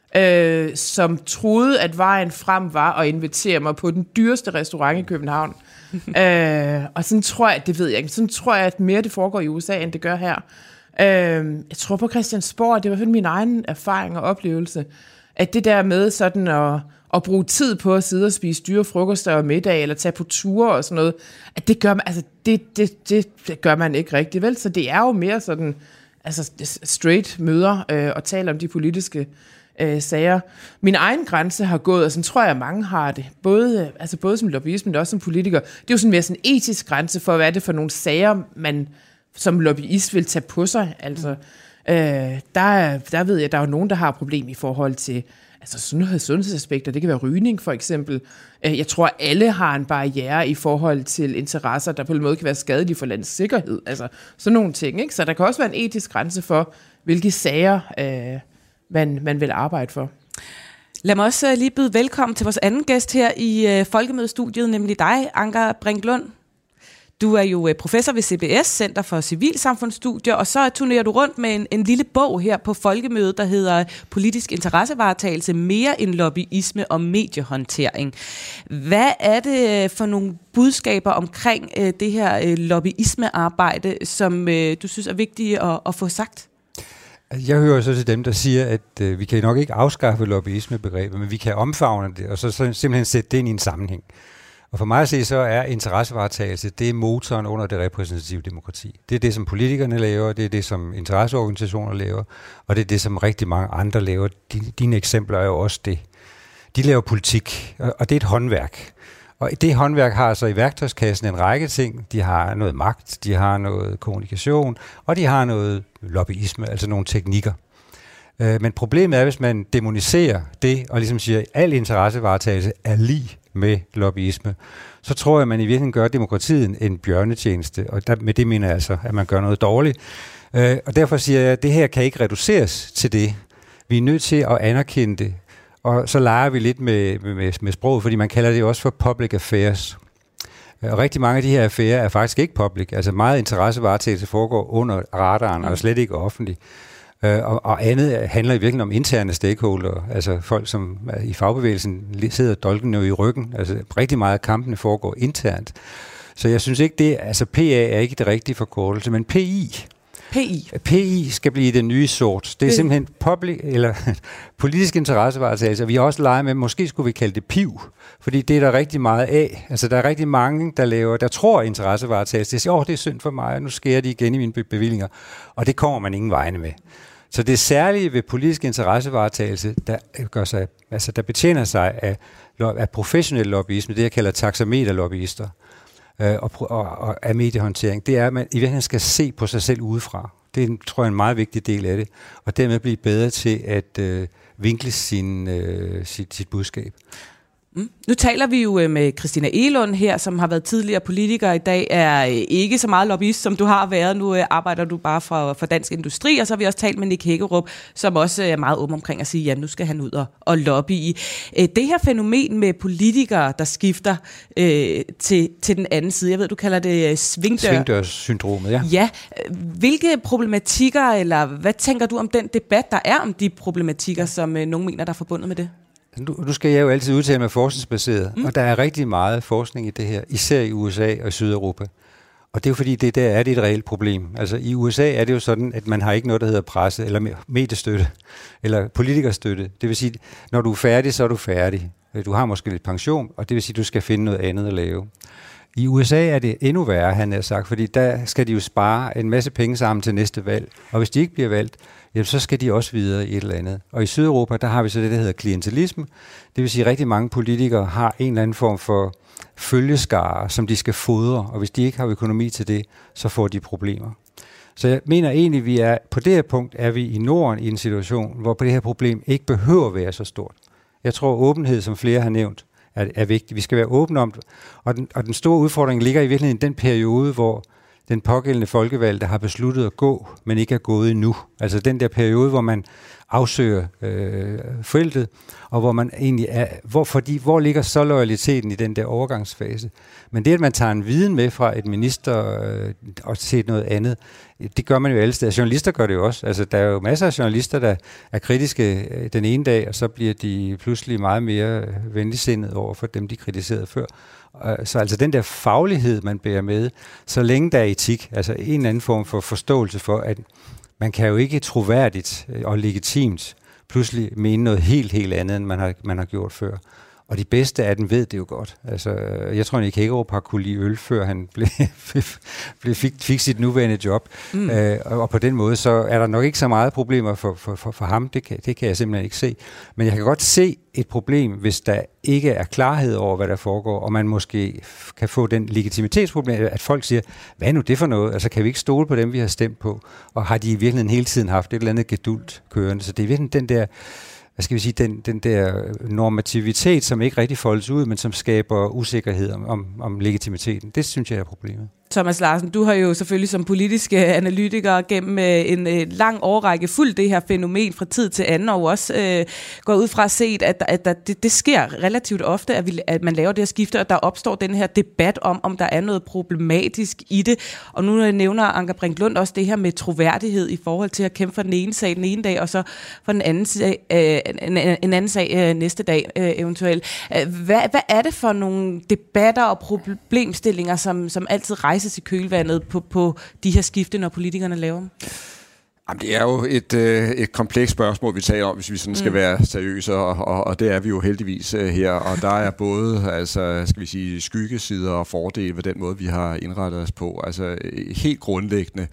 som troede, at vejen frem var at invitere mig på den dyreste restaurant i København. Og sådan tror jeg, det ved jeg ikke, sådan tror jeg, at mere det foregår i USA, end det gør her. Jeg tror på Christiansborg, det var i hvert fald min egen erfaring og oplevelse, at det der med sådan at bruge tid på at sidde og spise dyre frokoster og middag, eller tage på ture og sådan noget, at det gør man, altså det gør man ikke rigtigt, vel? Så det er jo mere sådan, altså straight møder og tale om de politiske sager. Min egen grænse har gået, og sådan tror jeg, mange har det, både som lobbyist, men også som politiker. Det er jo sådan mere sådan en etisk grænse for, hvad er det for nogle sager, man som lobbyist vil tage på sig. Altså, der ved jeg, der er jo nogen, der har et problem i forhold til sundhedsaspekter. Det kan være rygning, for eksempel. Jeg tror, alle har en barriere i forhold til interesser, der på en måde kan være skadelige for landets sikkerhed. Altså, sådan nogle ting, ikke? Så der kan også være en etisk grænse for, hvilke sager man vil arbejde for. Lad mig også lige byde velkommen til vores anden gæst her i Folkemødestudiet, nemlig dig, Anker Brink-Lund. Du er jo professor ved CBS, Center for Civilsamfundsstudier, og så turnerer du rundt med en lille bog her på Folkemødet, der hedder Politisk interessevaretagelse, mere end lobbyisme og mediehåndtering. Hvad er det for nogle budskaber omkring det her lobbyismearbejde, som du synes er vigtige at få sagt? Jeg hører så til dem, der siger, at vi kan nok ikke afskaffe lobbyismebegrebet, men vi kan omfavne det, og så simpelthen sætte det ind i en sammenhæng. Og for mig at se, så er interessevaretagelse, det er motoren under det repræsentative demokrati. Det er det, som politikerne laver, det er det, som interesseorganisationer laver, og det er det, som rigtig mange andre laver. Dine eksempler er jo også det. De laver politik, og det er et håndværk. Og det håndværk har så i værktøjskassen en række ting. De har noget magt, de har noget kommunikation, og de har noget lobbyisme, altså nogle teknikker. Men problemet er, hvis man demoniserer det, og ligesom siger, at al interessevaretagelse er lig med lobbyisme, så tror jeg, at man i virkeligheden gør demokratiet en bjørnetjeneste, og med det mener jeg altså, at man gør noget dårligt. Og derfor siger jeg, at det her kan ikke reduceres til det. Vi er nødt til at anerkende det, og så leger vi lidt med sproget, fordi man kalder det jo også for public affairs. Og rigtig mange af de her affærer er faktisk ikke public, altså meget interessevaretagelse foregår under radaren, og slet ikke offentligt. Og andet handler i virkeligheden om interne stakeholder, altså folk, som i fagbevægelsen sidder dolken i ryggen. Altså rigtig meget af kampene foregår internt. Så jeg synes ikke det, altså PA er ikke det rigtige forkortelse, men PI skal blive det nye sort. Det er simpelthen politisk interessevaretagelse, og vi har også leget med, måske skulle vi kalde det PIV, fordi det er der rigtig meget af. Altså der er rigtig mange, der tror interessevaretagelse. Det siger, det er synd for mig, og nu skærer de igen i mine bevillinger, og det kommer man ingen vegne med. Så det særlige ved politisk interessevaretagelse, der betjener sig af professionel lobbyisme, det jeg kalder taxameterlobbyister, og af mediehåndtering, det er, at man i virkeligheden skal se på sig selv udefra. Det er, tror jeg, en meget vigtig del af det, og dermed blive bedre til at vinkle sit budskab. Nu taler vi jo med Christina Egelund her, som har været tidligere politiker i dag, er ikke så meget lobbyist, som du har været. Nu arbejder du bare for Dansk Industri, og så har vi også talt med Nick Hækkerup, som også er meget omkring at sige, ja, nu skal han ud og lobby. Det her fænomen med politikere, der skifter til den anden side, jeg ved, du kalder det svingdørssyndromet, ja. Ja, hvilke problematikker, eller hvad tænker du om den debat, der er om de problematikker, som nogen mener, der er forbundet med det? Nu skal jeg jo altid udtale mig forskningsbaseret, og der er rigtig meget forskning i det her, især i USA og i Sydeuropa. Og det er jo fordi, det er et reelt problem. Altså i USA er det jo sådan, at man har ikke noget, der hedder presse, eller mediestøtte, eller politikerstøtte. Det vil sige, når du er færdig, så er du færdig. Du har måske lidt pension, og det vil sige, at du skal finde noget andet at lave. I USA er det endnu værre, han har sagt, fordi der skal de jo spare en masse penge sammen til næste valg. Og hvis de ikke bliver valgt, jamen, så skal de også videre i et eller andet. Og i Sydeuropa, der har vi så det, der hedder klientelisme. Det vil sige, at rigtig mange politikere har en eller anden form for følgeskare, som de skal fodre. Og hvis de ikke har økonomi til det, så får de problemer. Så jeg mener egentlig, vi er på det her punkt, er vi i Norden i en situation, hvor det her problem ikke behøver at være så stort. Jeg tror, åbenhed, som flere har nævnt, er vigtigt. Vi skal være åbne om det. Og den store udfordring ligger i virkeligheden i den periode, hvor den pågældende folkevalgte har besluttet at gå, men ikke er gået endnu. Altså den der periode, hvor man afsøger feltet, og hvor man egentlig er, hvor ligger så loyaliteten i den der overgangsfase? Men det, at man tager en viden med fra et minister og ser noget andet, det gør man jo alle steder. Journalister gør det jo også. Altså, der er jo masser af journalister, der er kritiske den ene dag, og så bliver de pludselig meget mere venligsindede over for dem, de kritiserede før. Så altså den der faglighed, man bærer med, så længe der er etik, altså en eller anden form for forståelse for, at man kan jo ikke troværdigt og legitimt pludselig mene noget helt andet, end man har gjort før. Og de bedste af dem ved det jo godt. Altså, jeg tror ikke, Hækkerup har kunne lide øl, før han fik sit nuværende job. Og på den måde, så er der nok ikke så meget problemer for ham. Det kan jeg simpelthen ikke se. Men jeg kan godt se et problem, hvis der ikke er klarhed over, hvad der foregår, og man måske kan få den legitimitetsproblem, at folk siger, hvad er nu det for noget? Altså, kan vi ikke stole på dem, vi har stemt på? Og har de i virkeligheden hele tiden haft et eller andet gedult kørende? Så det er virkelig den der, hvad skal vi sige, den der normativitet, som ikke rigtig foldes ud, men som skaber usikkerhed om legitimiteten. Det synes jeg er problemet. Thomas Larsen, du har jo selvfølgelig som politiske analytiker gennem en lang årrække fulgt det her fænomen fra tid til anden, og også går ud fra set, at det sker relativt ofte, at man laver det her skifte, og der opstår den her debat om der er noget problematisk i det. Og nu nævner Anker Brink Lund også det her med troværdighed i forhold til at kæmpe for den ene sag den ene dag, og så for den anden sag, en anden sag næste dag eventuelt. Hvad er det for nogle debatter og problemstillinger, som altid rejser i kølvandet på de her skifte, når politikerne laver dem? Jamen, det er jo et komplekst spørgsmål, vi taler om, hvis vi sådan skal være seriøse, og det er vi jo heldigvis her. Og der er både, altså, skal vi sige, skyggesider og fordele ved den måde, vi har indrettet os på. Altså, helt grundlæggende,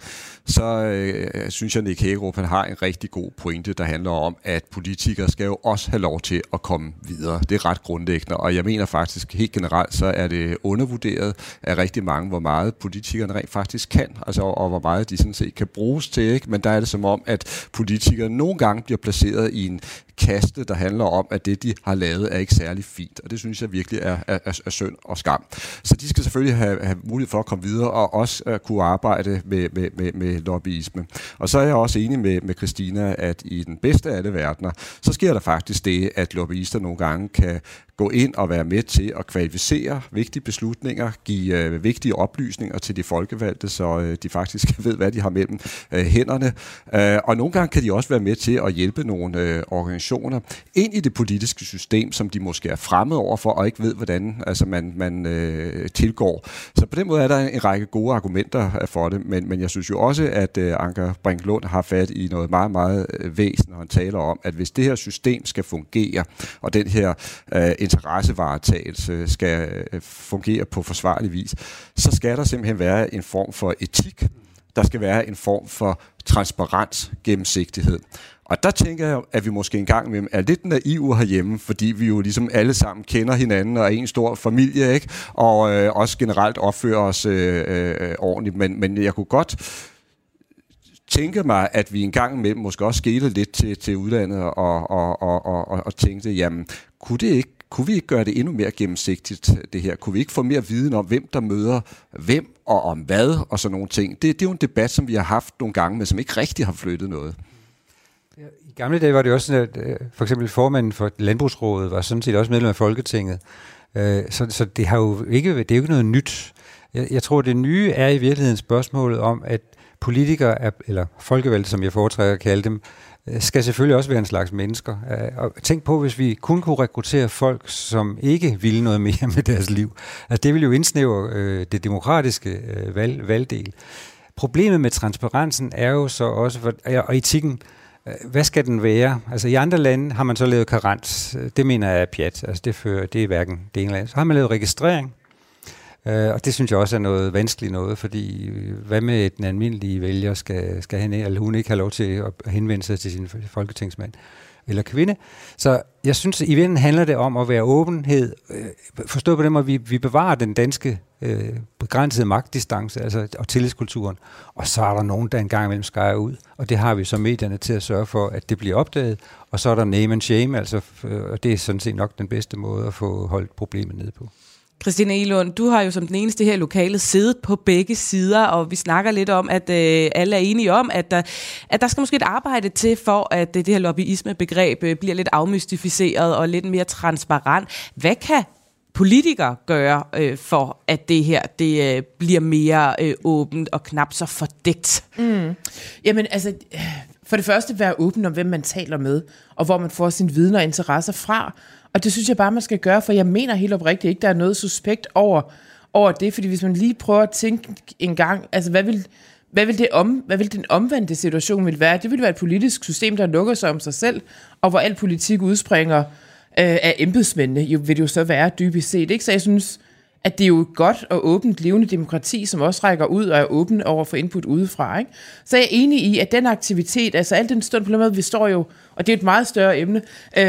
så synes jeg, Nick Hækkerup har en rigtig god pointe, der handler om, at politikere skal jo også have lov til at komme videre. Det er ret grundlæggende, og jeg mener faktisk helt generelt, så er det undervurderet af rigtig mange, hvor meget politikerne rent faktisk kan, altså, og hvor meget de sådan set kan bruges til, ikke? Men der er det som om, at politikere nogle gange bliver placeret i en kaste, der handler om, at det, de har lavet, er ikke særlig fint. Og det synes jeg virkelig er synd og skam. Så de skal selvfølgelig have mulighed for at komme videre, og også kunne arbejde med lobbyisme. Og så er jeg også enig med Christina, at i den bedste af alle verdener, så sker der faktisk det, at lobbyister nogle gange kan gå ind og være med til at kvalificere vigtige beslutninger, give vigtige oplysninger til de folkevalgte, så de faktisk ved, hvad de har mellem hænderne. Og nogle gange kan de også være med til at hjælpe nogle organisationer ind i det politiske system, som de måske er fremmed overfor, og ikke ved, hvordan altså man tilgår. Så på den måde er der en række gode argumenter for det, men jeg synes jo også, at Anker Brink Lund har fat i noget meget, meget væsentligt, når han taler om, at hvis det her system skal fungere, og den her interessevaretagelse skal fungere på forsvarlig vis, så skal der simpelthen være en form for etik. Der skal være en form for transparens, gennemsigtighed. Og der tænker jeg, at vi måske engang imellem er lidt naive herhjemme, fordi vi jo ligesom alle sammen kender hinanden og er en stor familie, ikke? Og også generelt opfører os ordentligt. Men jeg kunne godt tænke mig, at vi engang imellem måske også skete lidt til udlandet og tænkte, jamen, kunne vi ikke gøre det endnu mere gennemsigtigt, det her? Kunne vi ikke få mere viden om, hvem der møder hvem og om hvad og sådan nogle ting? Det er jo en debat, som vi har haft nogle gange, men som ikke rigtig har flyttet noget. I gamle dage var det også sådan, at for eksempel formanden for Landbrugsrådet var sådan set også medlem af Folketinget. Så det er jo ikke noget nyt. Jeg tror, det nye er i virkeligheden spørgsmålet om, at politikere, eller folkevalgte, som jeg foretrækker at kalde dem, skal selvfølgelig også være en slags mennesker. Og tænk på, hvis vi kun kunne rekruttere folk, som ikke ville noget mere med deres liv. Altså, det ville jo indsnævre det demokratiske valgdel. Problemet med transparensen er jo så også, og etikken, hvad skal den være? Altså i andre lande har man så lavet karens. Det mener jeg er pjat. Altså det er hverken det ene eller andet. Så har man lavet registrering. Og det synes jeg også er noget vanskeligt noget, fordi hvad med den almindelige vælger skal han eller hun ikke have lov til at henvende sig til sin folketingsmand eller kvinde. Så Jeg synes, i virkeligheden handler det om at være åbenhed. Forstå på dem, at vi bevarer den danske begrænsede magtdistance, altså, og tillidskulturen. Og så er der nogen, der engang imellem skærer ud. Og det har vi så medierne til at sørge for, at det bliver opdaget. Og så er der name and shame, altså, og det er sådan set nok den bedste måde at få holdt problemet nede på. Christina Egelund, du har jo som den eneste her i lokalet siddet på begge sider, og vi snakker lidt om, at alle er enige om, at der skal måske et arbejde til for, at det her lobbyisme-begreb bliver lidt afmystificeret og lidt mere transparent. Hvad kan politikere gøre for, at det her det bliver mere åbent og knap så fordækt? Jamen altså, for det første være åben om, hvem man taler med, og hvor man får sine viden og interesser fra. Og det synes jeg bare, man skal gøre, for jeg mener helt oprigtigt ikke, der er noget suspekt over det, fordi hvis man lige prøver at tænke en gang, altså hvad vil den omvendte situation vil være? Det vil være et politisk system, der lukker sig om sig selv, og hvor al politik udspringer af embedsmændene, jo, vil det jo så være dybest set. Ikke? Så jeg synes, at det er jo et godt og åbent levende demokrati, som også rækker ud og er åben over for input udefra. Ikke? Så jeg er enig i, at den aktivitet, altså al den stund på den måde, vi står jo, og det er et meget større emne,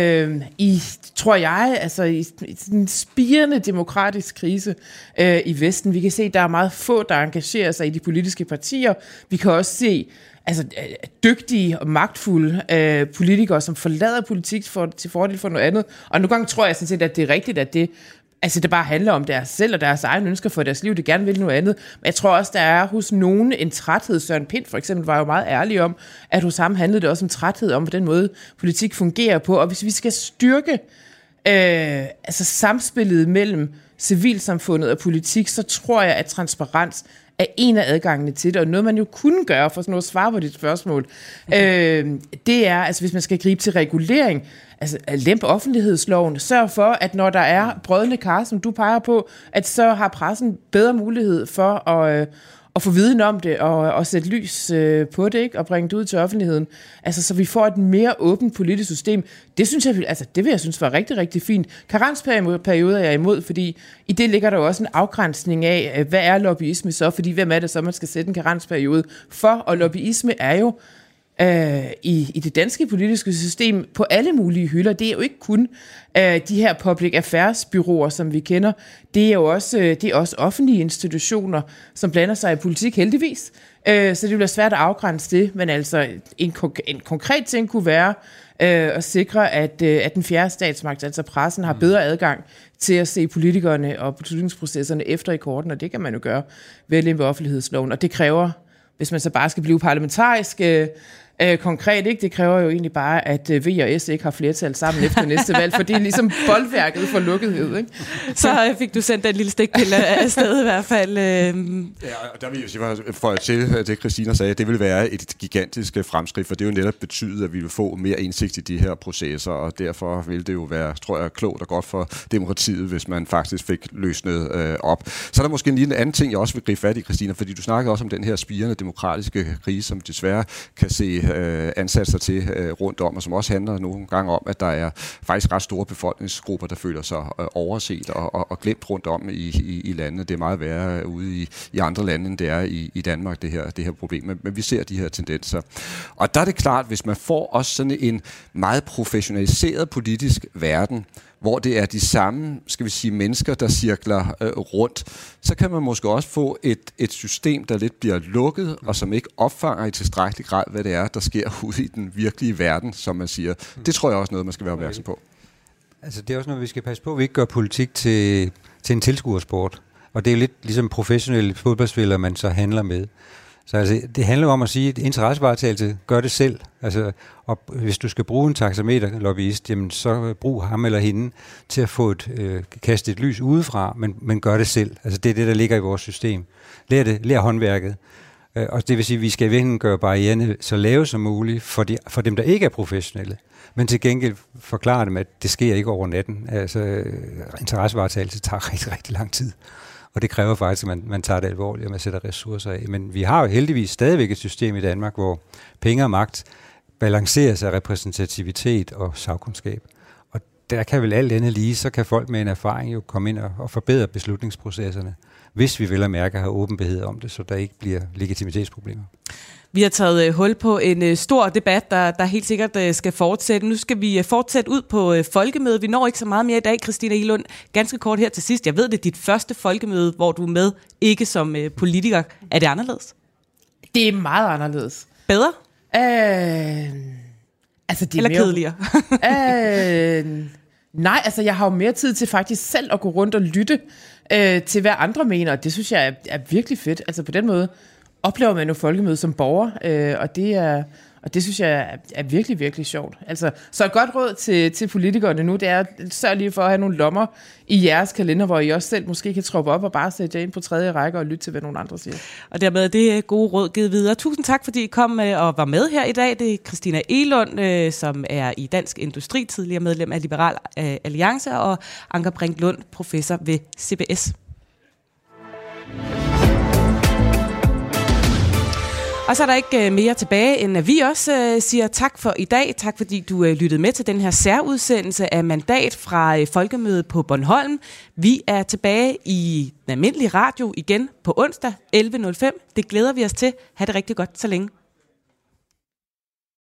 tror jeg, altså i en spirende demokratisk krise i Vesten. Vi kan se, at der er meget få, der engagerer sig i de politiske partier. Vi kan også se altså dygtige og magtfulde politikere, som forlader politik til fordel for noget andet. Og nogle gange tror jeg sådan set, at det er rigtigt, at det bare handler om deres selv og deres egne ønsker for deres liv. Det gerne vil noget andet. Men jeg tror også, der er hos nogen en træthed. Søren Pind for eksempel var jo meget ærlig om, at hos ham handlede det også om træthed om, hvordan måde politik fungerer på. Og hvis vi skal styrke altså samspillet mellem civilsamfundet og politik, så tror jeg, at transparens er en af adgangene til det, og noget man jo kunne gøre for sådan noget svar på dit spørgsmål, det er, altså hvis man skal gribe til regulering, altså lempe offentlighedsloven, sørg for, at når der er brodne kar, som du peger på, at så har pressen bedre mulighed for at få viden om det, og sætte lys på det, ikke? Og bringe det ud til offentligheden. Altså, så vi får et mere åbent politisk system. Det synes jeg, altså, det vil jeg synes var rigtig, rigtig fint. Karensperioder er jeg imod, fordi i det ligger der jo også en afgrænsning af, hvad er lobbyisme så? Fordi hvem er det så, man skal sætte en karensperiode for? Og lobbyisme er jo i det danske politiske system på alle mulige hylder. Det er jo ikke kun de her public affairs bureauer, som vi kender. Det er jo også offentlige institutioner, som blander sig i politik, heldigvis. Så det bliver svært at afgrænse det, men altså en konkret ting kunne være at sikre, at den fjerde statsmagt, altså pressen, har bedre adgang til at se politikerne og beslutningsprocesserne efter i korten, og det kan man jo gøre ved at lempe offentlighedsloven, og det kræver, hvis man så bare skal blive parlamentarisk konkret, ikke? Det kræver jo egentlig bare, at V og S ikke har flertal sammen efter næste valg, for det er ligesom boldværket for lukkethed, ikke? Så fik du sendt en lille stikpille af sted i hvert fald. Ja, og der vil jeg sige, for til det Christina sagde, det vil være et gigantisk fremskridt, for det jo netop betyder, at vi vil få mere indsigt i de her processer, og derfor vil det jo være, tror jeg, klogt og godt for demokratiet, hvis man faktisk fik løsnet op. Så er der måske lige en anden ting, jeg også vil gribe fat i, Christina, fordi du snakkede også om den her spirende demokratiske krise, som desværre kan se ansatser til rundt om, og som også handler nogle gange om, at der er faktisk ret store befolkningsgrupper, der føler sig overset og glemt rundt om i landet. Det er meget værre ude i andre lande, end det er i Danmark, det her problem. Men vi ser de her tendenser. Og der er det klart, hvis man får også sådan en meget professionaliseret politisk verden, hvor det er de samme, skal vi sige, mennesker, der cirkler rundt, så kan man måske også få et system, der lidt bliver lukket, og som ikke opfanger i tilstrækkelig grad, hvad det er, der sker ude i den virkelige verden, som man siger. Det tror jeg også noget, man skal være opmærksom på. Altså, det er også noget, vi skal passe på, at vi ikke gør politik til en tilskuersport. Og det er jo lidt ligesom professionelle fodboldspillere, man så handler med. Så altså, det handler om at sige, at interessevaretagelse gør det selv. Altså, og hvis du skal bruge en taxameterlobbyist, jamen så brug ham eller hende til at få kaste et lys udefra, men gør det selv. Altså, det er det, der ligger i vores system. Lær håndværket. Og det vil sige, at vi skal virkelig gøre barriererne så lave som muligt for dem, der ikke er professionelle. Men til gengæld forklare dem, at det sker ikke over natten. Altså, interessevaretagelse tager rigtig, rigtig lang tid. Og det kræver faktisk, at man tager det alvorligt, og man sætter ressourcer af. Men vi har jo heldigvis stadigvæk et system i Danmark, hvor penge og magt balanceres af repræsentativitet og sagkundskab. Og der kan vel alt andet lige, så kan folk med en erfaring jo komme ind og forbedre beslutningsprocesserne, hvis vi vel at mærke har åbenhed om det, så der ikke bliver legitimitetsproblemer. Vi har taget hul på en stor debat, der helt sikkert skal fortsætte. Nu skal vi fortsætte ud på folkemødet. Vi når ikke så meget mere i dag, Christina Egelund. Ganske kort her til sidst. Jeg ved, det er dit første folkemøde, hvor du er med, ikke som politiker. Er det anderledes? Det er meget anderledes. Bedre? Altså, det er eller mere kedeligere? Nej, altså jeg har jo mere tid til faktisk selv at gå rundt og lytte til, hvad andre mener. Og det synes jeg er virkelig fedt. Altså på den måde oplever man jo folkemøde som borger, og det synes jeg er virkelig, virkelig sjovt. Altså, så et godt råd til politikerne nu, det er sørg lige for at have nogle lommer i jeres kalender, hvor I også selv måske kan troppe op og bare sætte jer ind på tredje række og lytte til, hvad nogle andre siger. Og dermed er det gode råd givet videre. Tusind tak, fordi I kom og var med her i dag. Det er Christina Egelund, som er i Dansk Industri, tidligere medlem af Liberal Alliance, og Anker Brink Lund, professor ved CBS. Og så er der ikke mere tilbage, end at vi også siger tak for i dag. Tak fordi du lyttede med til den her særudsendelse af Mandat fra Folkemødet på Bornholm. Vi er tilbage i den almindelige radio igen på onsdag 11.05. Det glæder vi os til. Ha' det rigtig godt så længe.